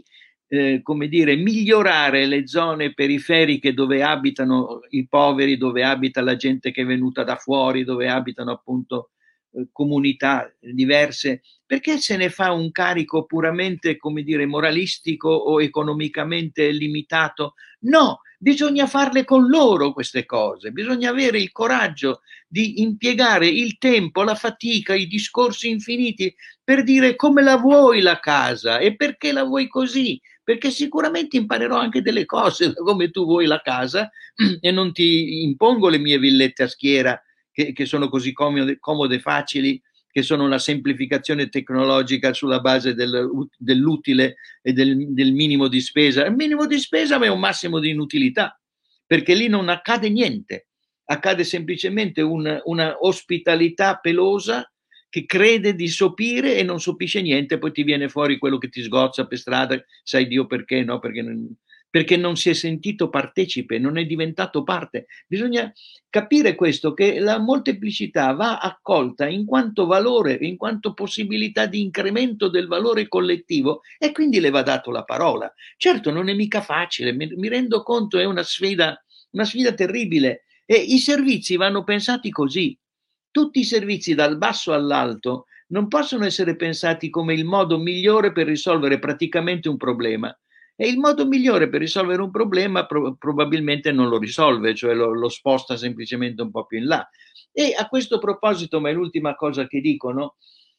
Speaker 4: eh, come dire, migliorare le zone periferiche dove abitano i poveri, dove abita la gente che è venuta da fuori, dove abitano appunto eh, comunità diverse, perché se ne fa un carico puramente, come dire, moralistico o economicamente limitato? No, bisogna farle con loro queste cose, bisogna avere il coraggio di impiegare il tempo, la fatica, i discorsi infiniti per dire come la vuoi la casa e perché la vuoi così, perché sicuramente imparerò anche delle cose da come tu vuoi la casa e non ti impongo le mie villette a schiera che, che sono così comode, comode e facili, che sono una semplificazione tecnologica sulla base del, dell'utile e del, del minimo di spesa. Il minimo di spesa ma è un massimo di inutilità, perché lì non accade niente, accade semplicemente un, una ospitalità pelosa che crede di sopire e non sopisce niente, poi ti viene fuori quello che ti sgozza per strada, sai Dio perché, no? Perché non, perché non si è sentito partecipe, non è diventato parte. Bisogna capire questo, che la molteplicità va accolta in quanto valore, in quanto possibilità di incremento del valore collettivo e quindi le va dato la parola. Certo, non è mica facile, mi, mi rendo conto, è una sfida, una sfida terribile e i servizi vanno pensati così. Tutti i servizi dal basso all'alto non possono essere pensati come il modo migliore per risolvere praticamente un problema. E il modo migliore per risolvere un problema pro- probabilmente non lo risolve, cioè lo, lo sposta semplicemente un po' più in là. E a questo proposito, ma è l'ultima cosa che dicono,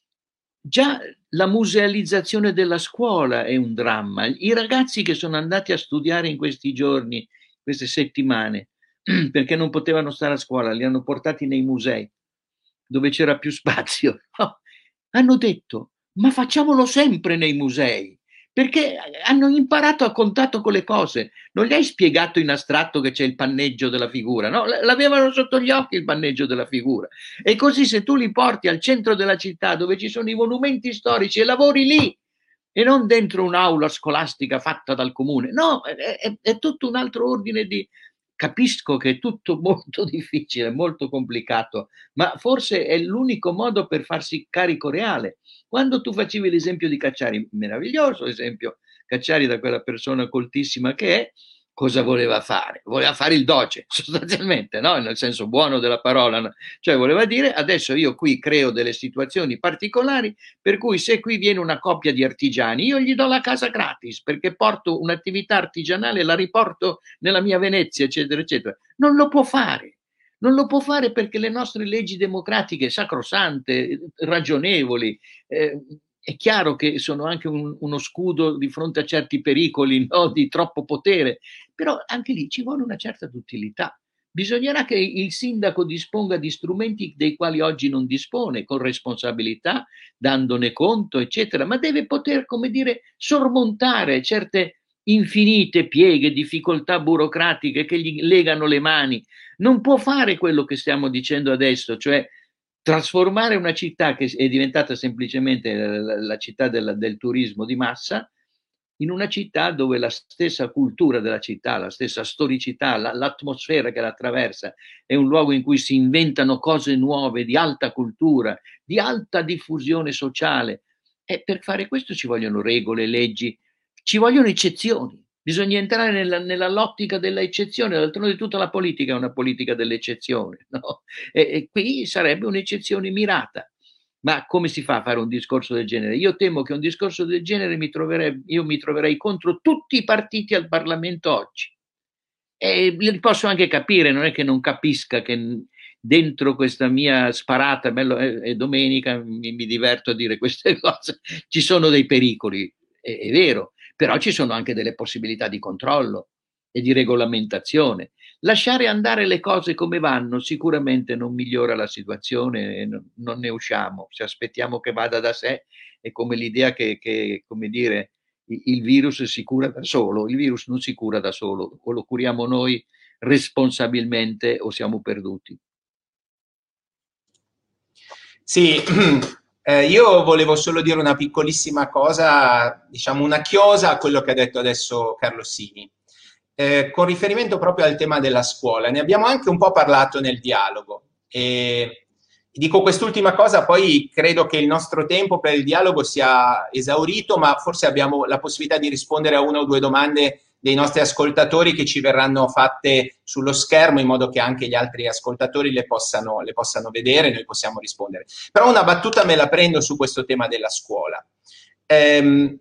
Speaker 4: già la musealizzazione della scuola è un dramma. I ragazzi che sono andati a studiare in questi giorni, queste settimane, perché non potevano stare a scuola, li hanno portati nei musei, dove c'era più spazio, no, hanno detto, ma facciamolo sempre nei musei, perché hanno imparato a contatto con le cose, non gli hai spiegato in astratto che c'è il panneggio della figura, no? L'avevano sotto gli occhi il panneggio della figura, e così se tu li porti al centro della città dove ci sono i monumenti storici e lavori lì, e non dentro un'aula scolastica fatta dal comune, no, è, è, è tutto un altro ordine di... Capisco che è tutto molto difficile, molto complicato, ma forse è l'unico modo per farsi carico reale. Quando tu facevi l'esempio di Cacciari, meraviglioso esempio, Cacciari da quella persona coltissima che è, cosa voleva fare? Voleva fare il doce, sostanzialmente, no? Nel senso buono della parola, cioè voleva dire adesso io qui creo delle situazioni particolari per cui se qui viene una coppia di artigiani io gli do la casa gratis perché porto un'attività artigianale e la riporto nella mia Venezia, eccetera, eccetera. Non lo può fare. Non lo può fare perché le nostre leggi democratiche, sacrosante, ragionevoli, eh, è chiaro che sono anche un, uno scudo di fronte a certi pericoli, no? Di troppo potere, però anche lì ci vuole una certa duttilità. Bisognerà che il sindaco disponga di strumenti dei quali oggi non dispone, con responsabilità, dandone conto, eccetera, ma deve poter, come dire, sormontare certe infinite pieghe, difficoltà burocratiche che gli legano le mani. Non può fare quello che stiamo dicendo adesso, cioè trasformare una città che è diventata semplicemente la, la città del, del turismo di massa in una città dove la stessa cultura della città, la stessa storicità, la, l'atmosfera che la attraversa è un luogo in cui si inventano cose nuove di alta cultura, di alta diffusione sociale, e per fare questo ci vogliono regole, leggi, ci vogliono eccezioni. Bisogna entrare nella, nella lottica dell'eccezione, d'altronde tutta la politica è una politica dell'eccezione, no? E, e qui sarebbe un'eccezione mirata. Ma come si fa a fare un discorso del genere? Io temo che un discorso del genere mi troverei, io mi troverei contro tutti i partiti al Parlamento oggi. E li posso anche capire, non è che non capisca che dentro questa mia sparata, bello, è, è domenica, mi, mi diverto a dire queste cose, ci sono dei pericoli, è, è vero, però ci sono anche delle possibilità di controllo e di regolamentazione. Lasciare andare le cose come vanno sicuramente non migliora la situazione e non, non ne usciamo. Se aspettiamo che vada da sé è come l'idea che, che, come dire, il virus si cura da solo. Il virus non si cura da solo, o lo curiamo noi responsabilmente o siamo perduti.
Speaker 3: Sì, eh, io volevo solo dire una piccolissima cosa, diciamo una chiosa a quello che ha detto adesso Carlo Sini. Eh, con riferimento proprio al tema della scuola, ne abbiamo anche un po' parlato nel dialogo e Dico quest'ultima cosa, poi credo che il nostro tempo per il dialogo sia esaurito, ma forse abbiamo la possibilità di rispondere a una o due domande dei nostri ascoltatori che ci verranno fatte sullo schermo, in modo che anche gli altri ascoltatori le possano, le possano vedere e noi possiamo rispondere. Però una battuta me la prendo su questo tema della scuola. Ehm,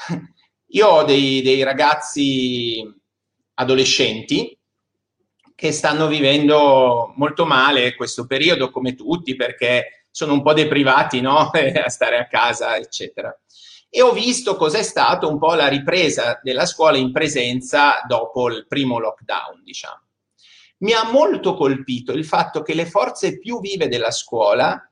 Speaker 3: io ho dei, dei ragazzi adolescenti che stanno vivendo molto male questo periodo, come tutti, perché sono un po' deprivati, no? A stare a casa, eccetera. E ho visto cos'è stato un po' la ripresa della scuola in presenza dopo il primo lockdown, diciamo. Mi ha molto colpito il fatto che le forze più vive della scuola,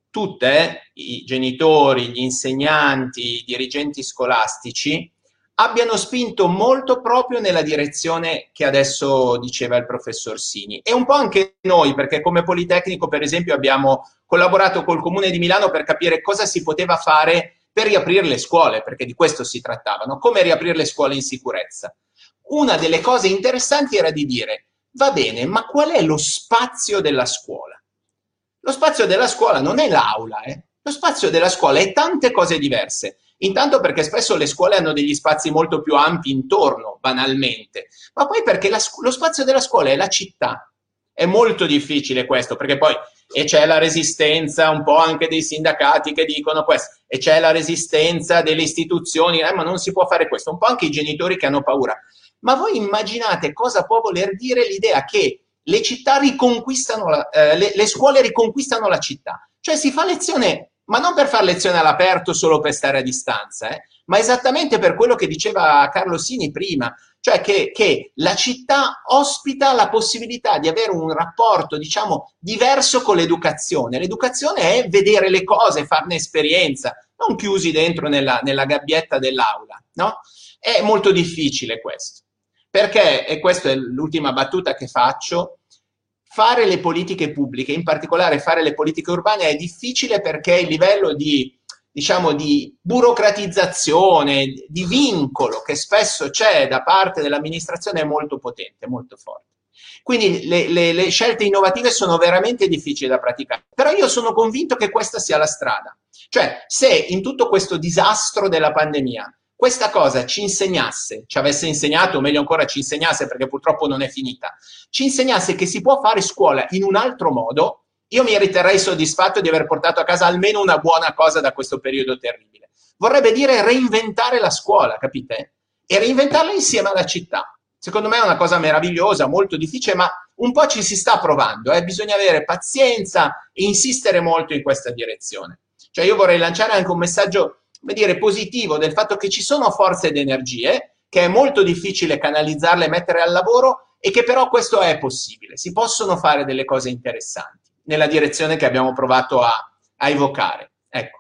Speaker 3: tutte, i genitori, gli insegnanti, i dirigenti scolastici, abbiano spinto molto proprio nella direzione che adesso diceva il professor Sini. E un po' anche noi, perché come Politecnico, per esempio, abbiamo collaborato col Comune di Milano per capire cosa si poteva fare per riaprire le scuole, perché di questo si trattava, no? Come riaprire le scuole in sicurezza. Una delle cose interessanti era di dire, va bene, ma qual è lo spazio della scuola? Lo spazio della scuola non è l'aula, eh? Lo spazio della scuola è tante cose diverse. Intanto perché spesso le scuole hanno degli spazi molto più ampi intorno, banalmente, ma poi perché la, lo spazio della scuola è la città. È molto difficile questo, perché poi e c'è la resistenza un po' anche dei sindacati che dicono questo, e c'è la resistenza delle istituzioni, eh, ma non si può fare questo, un po' anche i genitori che hanno paura. Ma voi immaginate cosa può voler dire l'idea che le città riconquistano, la, eh, le, le scuole riconquistano la città? Cioè si fa lezione, ma non per fare lezione all'aperto solo per stare a distanza, eh, ma esattamente per quello che diceva Carlo Sini prima, cioè che, che la città ospita la possibilità di avere un rapporto, diciamo, diverso con l'educazione. L'educazione è vedere le cose, farne esperienza, non chiusi dentro nella, nella gabbietta dell'aula, no? È molto difficile questo, perché, e questa è l'ultima battuta che faccio, fare le politiche pubbliche, in particolare fare le politiche urbane, è difficile perché il livello di, diciamo, di burocratizzazione, di vincolo che spesso c'è da parte dell'amministrazione è molto potente, molto forte. Quindi le, le, le scelte innovative sono veramente difficili da praticare, però io sono convinto che questa sia la strada. Cioè, se in tutto questo disastro della pandemia questa cosa ci insegnasse, ci avesse insegnato, o meglio ancora ci insegnasse, perché purtroppo non è finita, ci insegnasse che si può fare scuola in un altro modo, io mi riterrei soddisfatto di aver portato a casa almeno una buona cosa da questo periodo terribile. Vorrebbe dire reinventare la scuola, capite? E reinventarla insieme alla città. Secondo me è una cosa meravigliosa, molto difficile, ma un po' ci si sta provando, eh? Bisogna avere pazienza e insistere molto in questa direzione. Cioè io vorrei lanciare anche un messaggio, come dire, positivo del fatto che ci sono forze ed energie, che è molto difficile canalizzarle e mettere al lavoro, e che però questo è possibile. Si possono fare delle cose interessanti nella direzione che abbiamo provato a, a evocare. Ecco.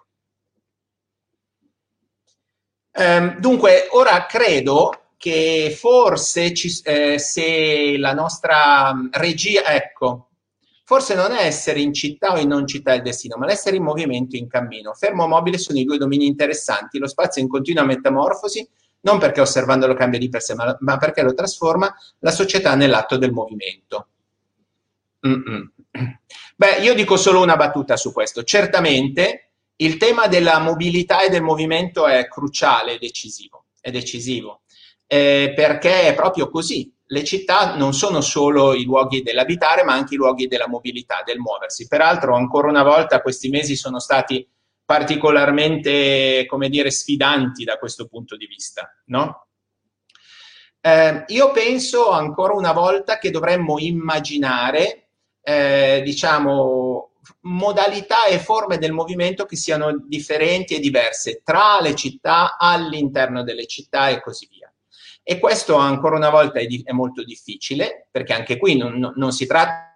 Speaker 3: Ehm, dunque, ora credo che forse ci, eh, se la nostra regia, ecco, forse non è essere in città o in non città il destino, ma l'essere in movimento, in cammino. Fermo o mobile sono i due domini interessanti, lo spazio è in continua metamorfosi, non perché osservandolo cambia di per sé, ma, ma perché lo trasforma la società nell'atto del movimento. Mm-mm. Beh, io dico solo una battuta su questo. Certamente il tema della mobilità e del movimento è cruciale, è decisivo, è decisivo, eh, perché è proprio così. Le città non sono solo i luoghi dell'abitare, ma anche i luoghi della mobilità, del muoversi. Peraltro, ancora una volta, questi mesi sono stati particolarmente, come dire, sfidanti da questo punto di vista, no? Eh, io penso ancora una volta che dovremmo immaginare Eh, diciamo, modalità e forme del movimento che siano differenti e diverse tra le città, all'interno delle città e così via. E questo ancora una volta è, di, è molto difficile, perché anche qui non, non si tratta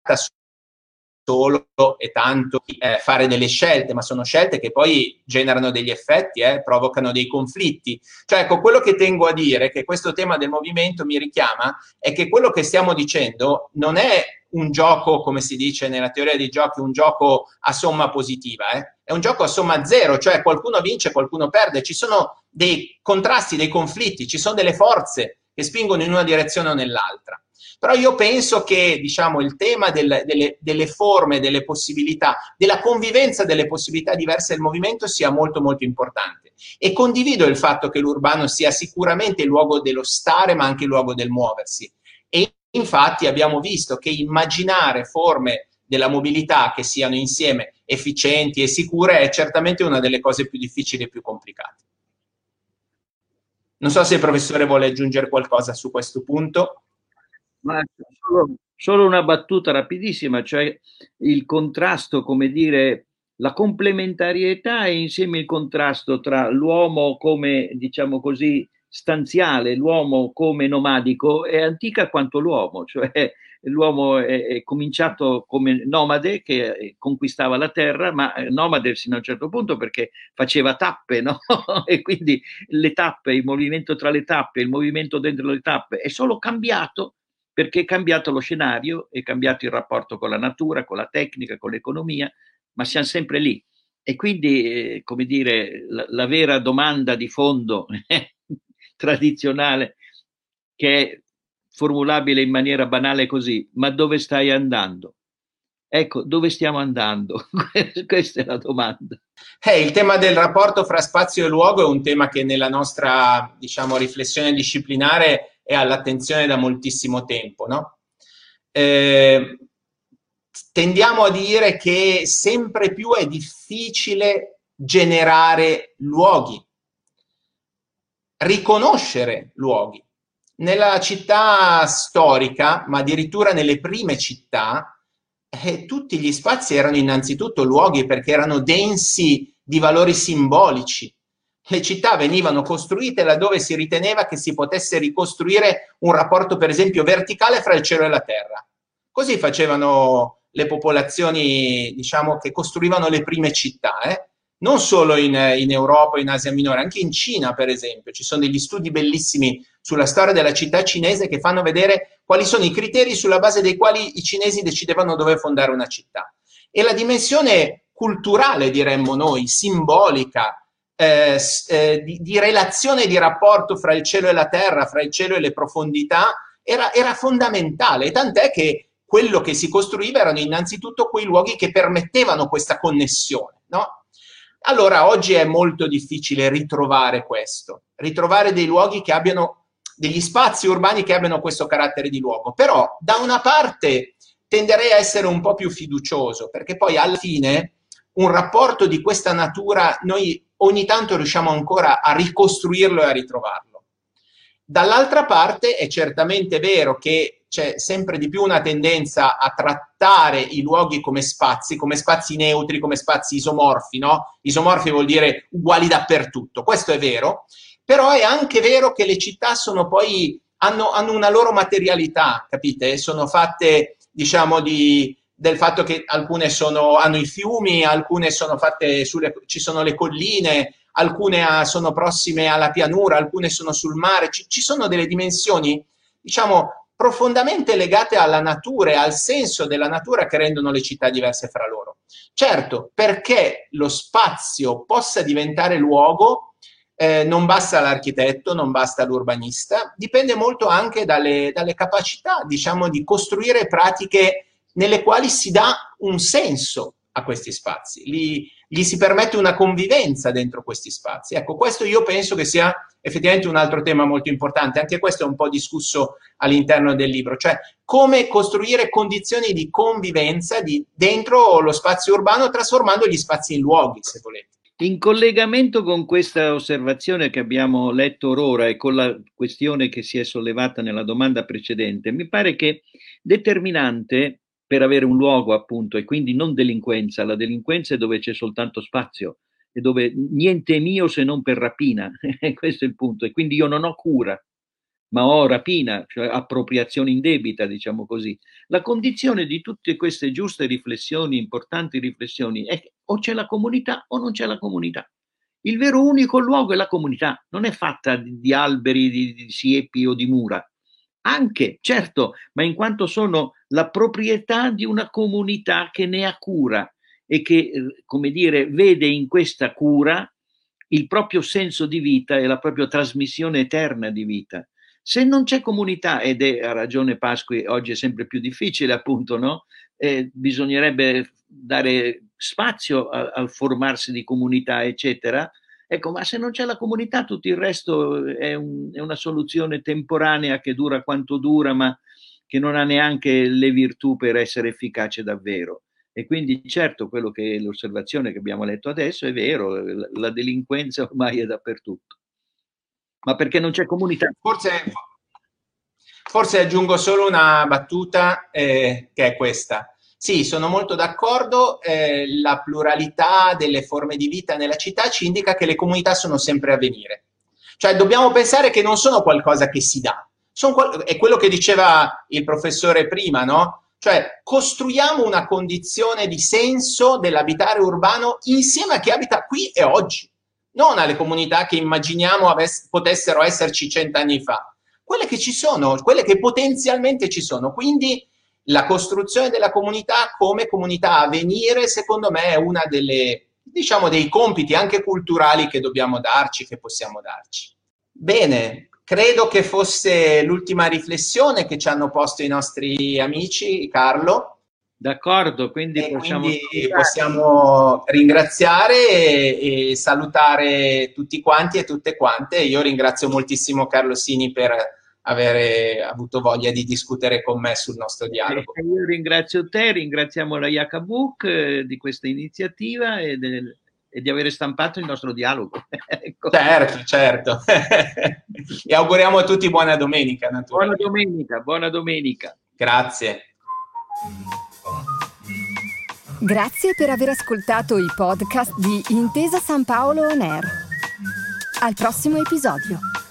Speaker 3: solo e tanto di eh, fare delle scelte, ma sono scelte che poi generano degli effetti, eh, provocano dei conflitti. Cioè, ecco, quello che tengo a dire, che questo tema del movimento mi richiama, è che quello che stiamo dicendo non è un gioco, come si dice nella teoria dei giochi, un gioco a somma positiva, eh? È un gioco a somma zero, cioè qualcuno vince, qualcuno perde, ci sono dei contrasti, dei conflitti, ci sono delle forze che spingono in una direzione o nell'altra. Però io penso che, diciamo, il tema del, delle, delle forme, delle possibilità, della convivenza delle possibilità diverse del movimento sia molto molto importante. E condivido il fatto che l'urbano sia sicuramente il luogo dello stare, ma anche il luogo del muoversi. E infatti abbiamo visto che immaginare forme della mobilità che siano insieme efficienti e sicure è certamente una delle cose più difficili e più complicate. Non so se il professore vuole aggiungere qualcosa su questo punto.
Speaker 4: Ma solo, solo una battuta rapidissima, cioè il contrasto, come dire, la complementarietà e insieme il contrasto tra l'uomo come, diciamo così, stanziale, l'uomo come nomadico è antica quanto l'uomo, cioè l'uomo è, è cominciato come nomade che conquistava la terra, ma nomade fino a un certo punto perché faceva tappe, no? E quindi le tappe, il movimento tra le tappe, il movimento dentro le tappe è solo cambiato perché è cambiato lo scenario, è cambiato il rapporto con la natura, con la tecnica, con l'economia, ma siamo sempre lì. E quindi, eh, come dire, la, la vera domanda di fondo tradizionale, che è formulabile in maniera banale così, ma dove stai andando? Ecco, dove stiamo andando? Questa è la domanda.
Speaker 3: Eh, il tema del rapporto fra spazio e luogo è un tema che nella nostra, diciamo, riflessione disciplinare è all'attenzione da moltissimo tempo, no? Eh, tendiamo a dire che sempre più è difficile generare luoghi, riconoscere luoghi. Nella città storica, ma addirittura nelle prime città, eh, tutti gli spazi erano innanzitutto luoghi perché erano densi di valori simbolici. Le città venivano costruite laddove si riteneva che si potesse ricostruire un rapporto, per esempio, verticale fra il cielo e la terra. Così facevano le popolazioni, diciamo, che costruivano le prime città, eh? Non solo in, in Europa, in Asia Minore, anche in Cina, per esempio. Ci sono degli studi bellissimi sulla storia della città cinese che fanno vedere quali sono i criteri sulla base dei quali i cinesi decidevano dove fondare una città. E la dimensione culturale, diremmo noi, simbolica, eh, eh, di, di relazione, di rapporto fra il cielo e la terra, fra il cielo e le profondità, era, era fondamentale. Tant'è che quello che si costruiva erano innanzitutto quei luoghi che permettevano questa connessione, no? Allora, oggi è molto difficile ritrovare questo, ritrovare dei luoghi che abbiano, degli spazi urbani che abbiano questo carattere di luogo. Però, da una parte, tenderei a essere un po' più fiducioso, perché poi alla fine un rapporto di questa natura noi ogni tanto riusciamo ancora a ricostruirlo e a ritrovarlo. Dall'altra parte è certamente vero che c'è sempre di più una tendenza a trattare i luoghi come spazi, come spazi neutri, come spazi isomorfi, no? Isomorfi vuol dire uguali dappertutto, questo è vero, però è anche vero che le città sono poi, hanno, hanno una loro materialità, capite? Sono fatte, diciamo, di, del fatto che alcune sono, hanno i fiumi, alcune sono fatte, sulle, ci sono le colline, alcune a, sono prossime alla pianura, alcune sono sul mare, ci, ci sono delle dimensioni, diciamo, profondamente legate alla natura e al senso della natura che rendono le città diverse fra loro. Certo, perché lo spazio possa diventare luogo, eh, non basta l'architetto, non basta l'urbanista, dipende molto anche dalle, dalle capacità, diciamo, di costruire pratiche nelle quali si dà un senso a questi spazi, gli, gli si permette una convivenza dentro questi spazi. Ecco, questo io penso che sia effettivamente un altro tema molto importante, anche questo è un po' discusso all'interno del libro, cioè come costruire condizioni di convivenza di, dentro lo spazio urbano, trasformando gli spazi in luoghi, se volete.
Speaker 4: In collegamento con questa osservazione che abbiamo letto ora e con la questione che si è sollevata nella domanda precedente, mi pare che determinante per avere un luogo, appunto, e quindi non delinquenza, la delinquenza è dove c'è soltanto spazio, e dove niente è mio se non per rapina, questo è il punto, e quindi io non ho cura, ma ho rapina, cioè appropriazione indebita, diciamo così. La condizione di tutte queste giuste riflessioni, importanti riflessioni, è che o c'è la comunità o non c'è la comunità. Il vero unico luogo è la comunità, non è fatta di, di alberi, di, di siepi o di mura. Anche, certo, ma in quanto sono la proprietà di una comunità che ne ha cura e che, come dire, vede in questa cura il proprio senso di vita e la propria trasmissione eterna di vita. Se non c'è comunità, ed è, ha ragione Pasqui, oggi è sempre più difficile appunto, no? Eh, bisognerebbe dare spazio a, al formarsi di comunità, eccetera. Ecco, ma se non c'è la comunità, tutto il resto è, un, è una soluzione temporanea che dura quanto dura, ma che non ha neanche le virtù per essere efficace davvero. E quindi certo, quello che l'osservazione che abbiamo letto adesso è vero, la, la delinquenza ormai è dappertutto. Ma perché non c'è comunità?
Speaker 3: Forse, forse aggiungo solo una battuta, eh, che è questa. Sì, sono molto d'accordo, eh, la pluralità delle forme di vita nella città ci indica che le comunità sono sempre a venire. Cioè dobbiamo pensare che non sono qualcosa che si dà, sono, è quello che diceva il professore prima, no? Cioè costruiamo una condizione di senso dell'abitare urbano insieme a chi abita qui e oggi, non alle comunità che immaginiamo avess- potessero esserci cent'anni fa, quelle che ci sono, quelle che potenzialmente ci sono. Quindi la costruzione della comunità come comunità a venire, secondo me, è una delle, diciamo, dei compiti anche culturali che dobbiamo darci, che possiamo darci. Bene, credo che fosse l'ultima riflessione che ci hanno posto i nostri amici, Carlo.
Speaker 4: D'accordo, quindi,
Speaker 3: E
Speaker 4: possiamo,
Speaker 3: quindi possiamo ringraziare e, e salutare tutti quanti e tutte quante. Io ringrazio moltissimo Carlo Sini per aver avuto voglia di discutere con me sul nostro dialogo.
Speaker 4: E io ringrazio te, ringraziamo la Iacabook eh, di questa iniziativa e, del, e di aver stampato il nostro dialogo. Ecco.
Speaker 3: Certo, certo. E auguriamo a tutti buona domenica.
Speaker 4: Buona domenica, buona domenica.
Speaker 3: Grazie.
Speaker 1: Grazie per aver ascoltato i podcast di Intesa San Paolo On Air. Al prossimo episodio.